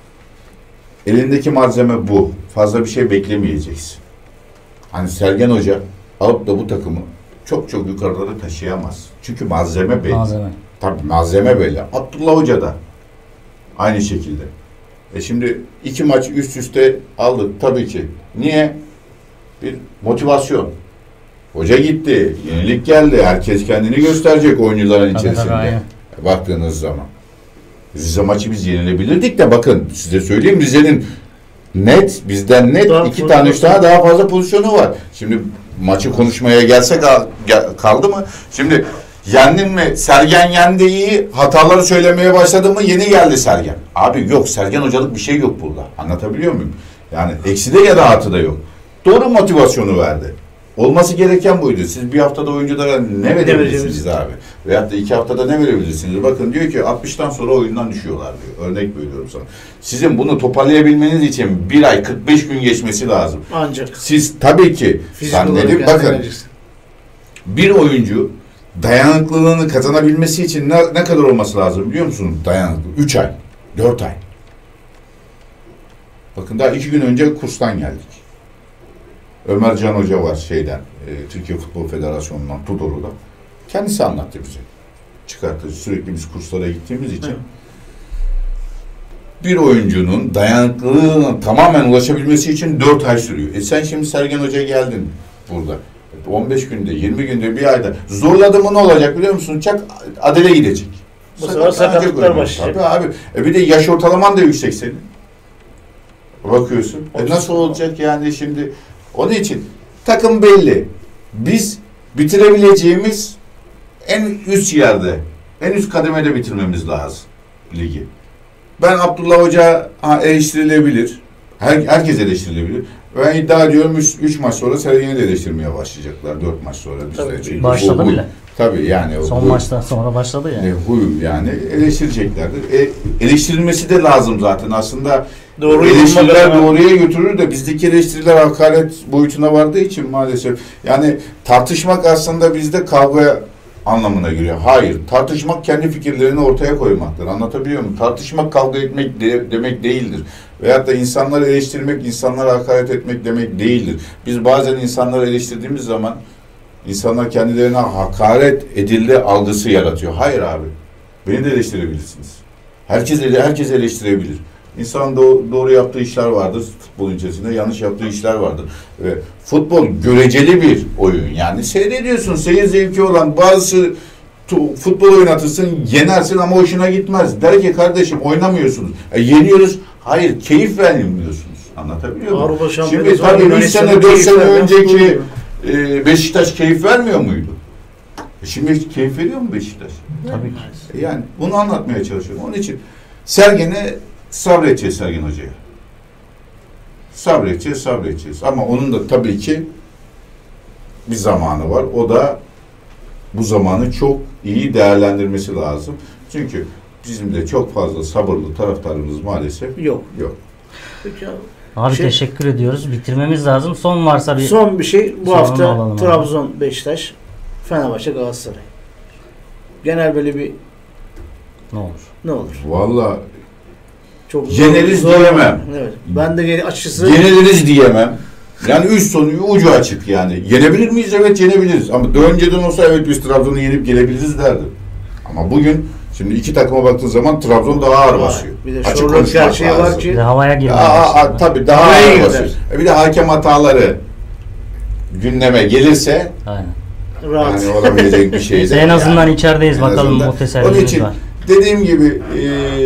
Elindeki malzeme bu. Fazla bir şey beklemeyeceksin. Hani Sergen Hoca alıp da bu takımı çok çok yukarılara taşıyamaz. Çünkü malzeme belli. Malzeme. Tabii malzeme belli. Abdullah Hoca da aynı şekilde. E şimdi iki maç üst üste aldık tabii ki. Niye? Bir motivasyon. Hoca gitti, yenilik geldi. Herkes kendini gösterecek oyuncuların Tabii, içerisinde. tabii, aynen. Baktığınız zaman. Rize maçı biz yenilebilirdik de bakın size söyleyeyim, Rize'nin net, bizden net Daha iki fazla tane üç tane daha fazla pozisyonu var. Şimdi maçı konuşmaya gelsek al- gel- kaldı mı? Şimdi yendin mi? Sergen yendi iyi. Hataları söylemeye başladı mı? Yeni geldi Sergen. Abi yok, Sergen hocalık bir şey yok burada. Anlatabiliyor muyum? Yani eksi de ya da artı da yok. Doğru motivasyonu verdi. Olması gereken buydu. Siz bir haftada oyunculara ne verebilirsiniz vereceğimiz? abi? Veyahut da iki haftada ne verebilirsiniz? Bakın diyor ki altmıştan sonra oyundan düşüyorlar diyor. Örnek veriyorum sana. Sizin bunu toparlayabilmeniz için bir ay kırk beş gün geçmesi lazım. Ancak. Siz tabii ki Fizik olarak zannedip yani bakın vereceksin. bir oyuncu dayanıklılığını kazanabilmesi için ne, ne kadar olması lazım biliyor musunuz? Dayanıklı. üç ay, dört ay. Bakın daha iki gün önce kurstan geldik. Ömer Can Hoca var şeyden, e, Türkiye Futbol Federasyonu'ndan, Tudor'da. Kendisi anlattı bize. Çıkarttı. Sürekli biz kurslara gittiğimiz için. Evet. Bir oyuncunun dayanıklılığına tamamen ulaşabilmesi için dört ay sürüyor. E sen şimdi Sergen Hoca'ya geldin burada. on beş günde, yirmi günde, bir ayda. Zorladı mı ne olacak biliyor musun? Çak Adele gidecek. Bu sefer sakatlıklar başlayacak. Tabii abi. E bir de yaş ortalaman da yüksek senin. Bakıyorsun. E nasıl olacak yani şimdi? Onun için takım belli. Biz bitirebileceğimiz en üst yerde, en üst kademede bitirmemiz lazım ligi. Ben Abdullah Hoca ha, eleştirilebilir. Her, herkes eleştirilebilir. Ben iddia ediyorum üç maç sonra Sergen'i de eleştirmeye başlayacaklar. dört maç sonra. Tabii. Çünkü Başladı bu- bile. Tabii yani. Son bu- maçtan sonra başladı yani. e, huy yani eleştireceklerdir. E, eleştirilmesi de lazım zaten. Aslında Doğru eleştiriler yorumlar- doğruya götürür de bizdeki eleştiriler hakaret boyutuna vardığı için maalesef. Yani tartışmak aslında bizde kavga anlamına geliyor. Hayır. Tartışmak kendi fikirlerini ortaya koymaktır. Anlatabiliyor muyum? Tartışmak kavga etmek de, demek değildir. Veyahut da insanları eleştirmek, insanlara hakaret etmek demek değildir. Biz bazen insanları eleştirdiğimiz zaman insanlar kendilerine hakaret edildi algısı yaratıyor. Hayır abi. Beni de eleştirebilirsiniz. Herkes ele, herkes eleştirebilir. İnsanın do- doğru yaptığı işler vardır futbolun içerisinde, yanlış yaptığı işler vardır. Ve futbol göreceli bir oyun. Yani seyrediyorsun, seyir zevki olan bazı tu- futbol oynatırsın, yenersin ama hoşuna gitmez. Der ki kardeşim oynamıyorsunuz. E, yeniyoruz. Hayır, keyif vermiyorsunuz. Anlatabiliyor muyum? Avrupa Şampiyonası Şimdi tabii üç Yunanistan'da sene, dört keyif sene vermiyor, önceki futbol e, Beşiktaş keyif vermiyor muydu? E, şimdi keyif veriyor mu Beşiktaş? Tabii ki. E, yani bunu anlatmaya çalışıyorum. Onun için Sergen'e sabredeceğiz Sergen Hoca'ya. Sabredeceğiz, sabredeceğiz. Ama onun da tabii ki bir zamanı var. O da bu zamanı çok iyi değerlendirmesi lazım. Çünkü bizim de çok fazla sabırlı taraftarımız maalesef Yok. yok. Peki abi. Abi Şey- teşekkür ediyoruz. Bitirmemiz lazım. Son varsa bir Son bir şey bu Sonunu hafta alalım abi. Trabzon, Beşiktaş, Fenerbahçe, Galatasaray. Genel böyle bir ne olur. ne olur? Vallahi Çok Yeneriz diyemem. Evet. Ben de gene açıkçası yeniliriz diyemem. Yani üst sonu ucu açık yani. Yenebilir miyiz? Evet yenebiliriz. Ama daha önceden olsa evet biz Trabzon'u yenip gelebiliriz derdim. Ama bugün şimdi iki takıma baktığın zaman Trabzon daha ağır basıyor. bir de Açık şöyle bir konuşmak gerçeği var lazım. Bir ki de havaya girmeye Aa, aa, başladı. tabii daha Havaya ağır gider. basıyor. E bir de hakem hataları gündeme gelirse Aynen. rahat. yani olabilecek bir şey de. En azından yani. içerideyiz. En Bakalım azından. o Onun tesellimiz için var. dediğim gibi e,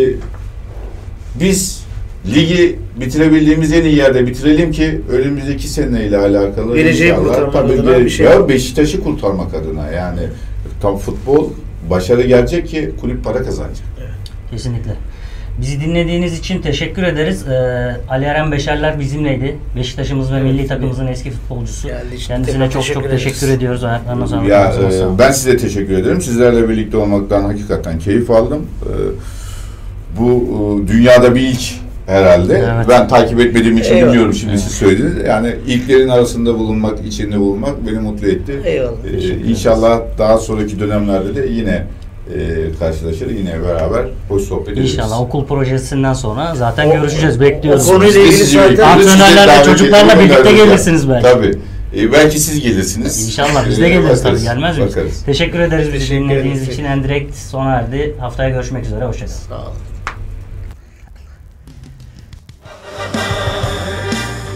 biz ligi bitirebildiğimiz en iyi yerde bitirelim ki önümüzdeki seneyle alakalı Geleceği inşallah, kurtarmak tabii adına gele- bir şey. ya Beşiktaş'ı kurtarmak adına yani tam futbol başarı gelecek ki kulüp para kazanacak. Kesinlikle. Bizi dinlediğiniz için teşekkür ederiz. Ee, Ali Eren Beşerler bizimleydi. Beşiktaş'ımız ve Evet. milli takımımızın eski futbolcusu. Geldiği için Kendisine tekrar çok çok teşekkür teşekkür ederiz. ediyoruz. Ayaklarına sağlık. Ya ağzına e, sağlık. ben size teşekkür ederim. Sizlerle birlikte olmaktan hakikaten keyif aldım. E, bu e, dünyada bir ilk herhalde. Evet. Ben takip etmediğim için Eyvallah. bilmiyorum şimdi Evet. siz söylediniz. Yani ilklerin arasında bulunmak, içinde bulunmak beni mutlu etti. Eyvallah. Ee, Teşekkür ederiz. inşallah daha sonraki dönemlerde de yine e, karşılaşır, yine beraber hoş sohbet ederiz. İnşallah okul projesinden sonra zaten O- görüşeceğiz. Bekliyoruz. o konuyla Biz de ilgili sizi zaten- bekliyoruz. Antrenörlerle, Sizi davet çocuklarla ediyorum. birlikte Göndereceğim. gelirsiniz belki. Tabii. E, belki siz gelirsiniz. İnşallah biz de Ee, geliriz tabii. bakarız, Gelmez miyiz? bakarız. Teşekkür ederiz bizi Teşekkür dinlediğiniz ederiz. için. Endirekt sona erdi. Haftaya görüşmek üzere. Hoşçakalın. Sağ olun.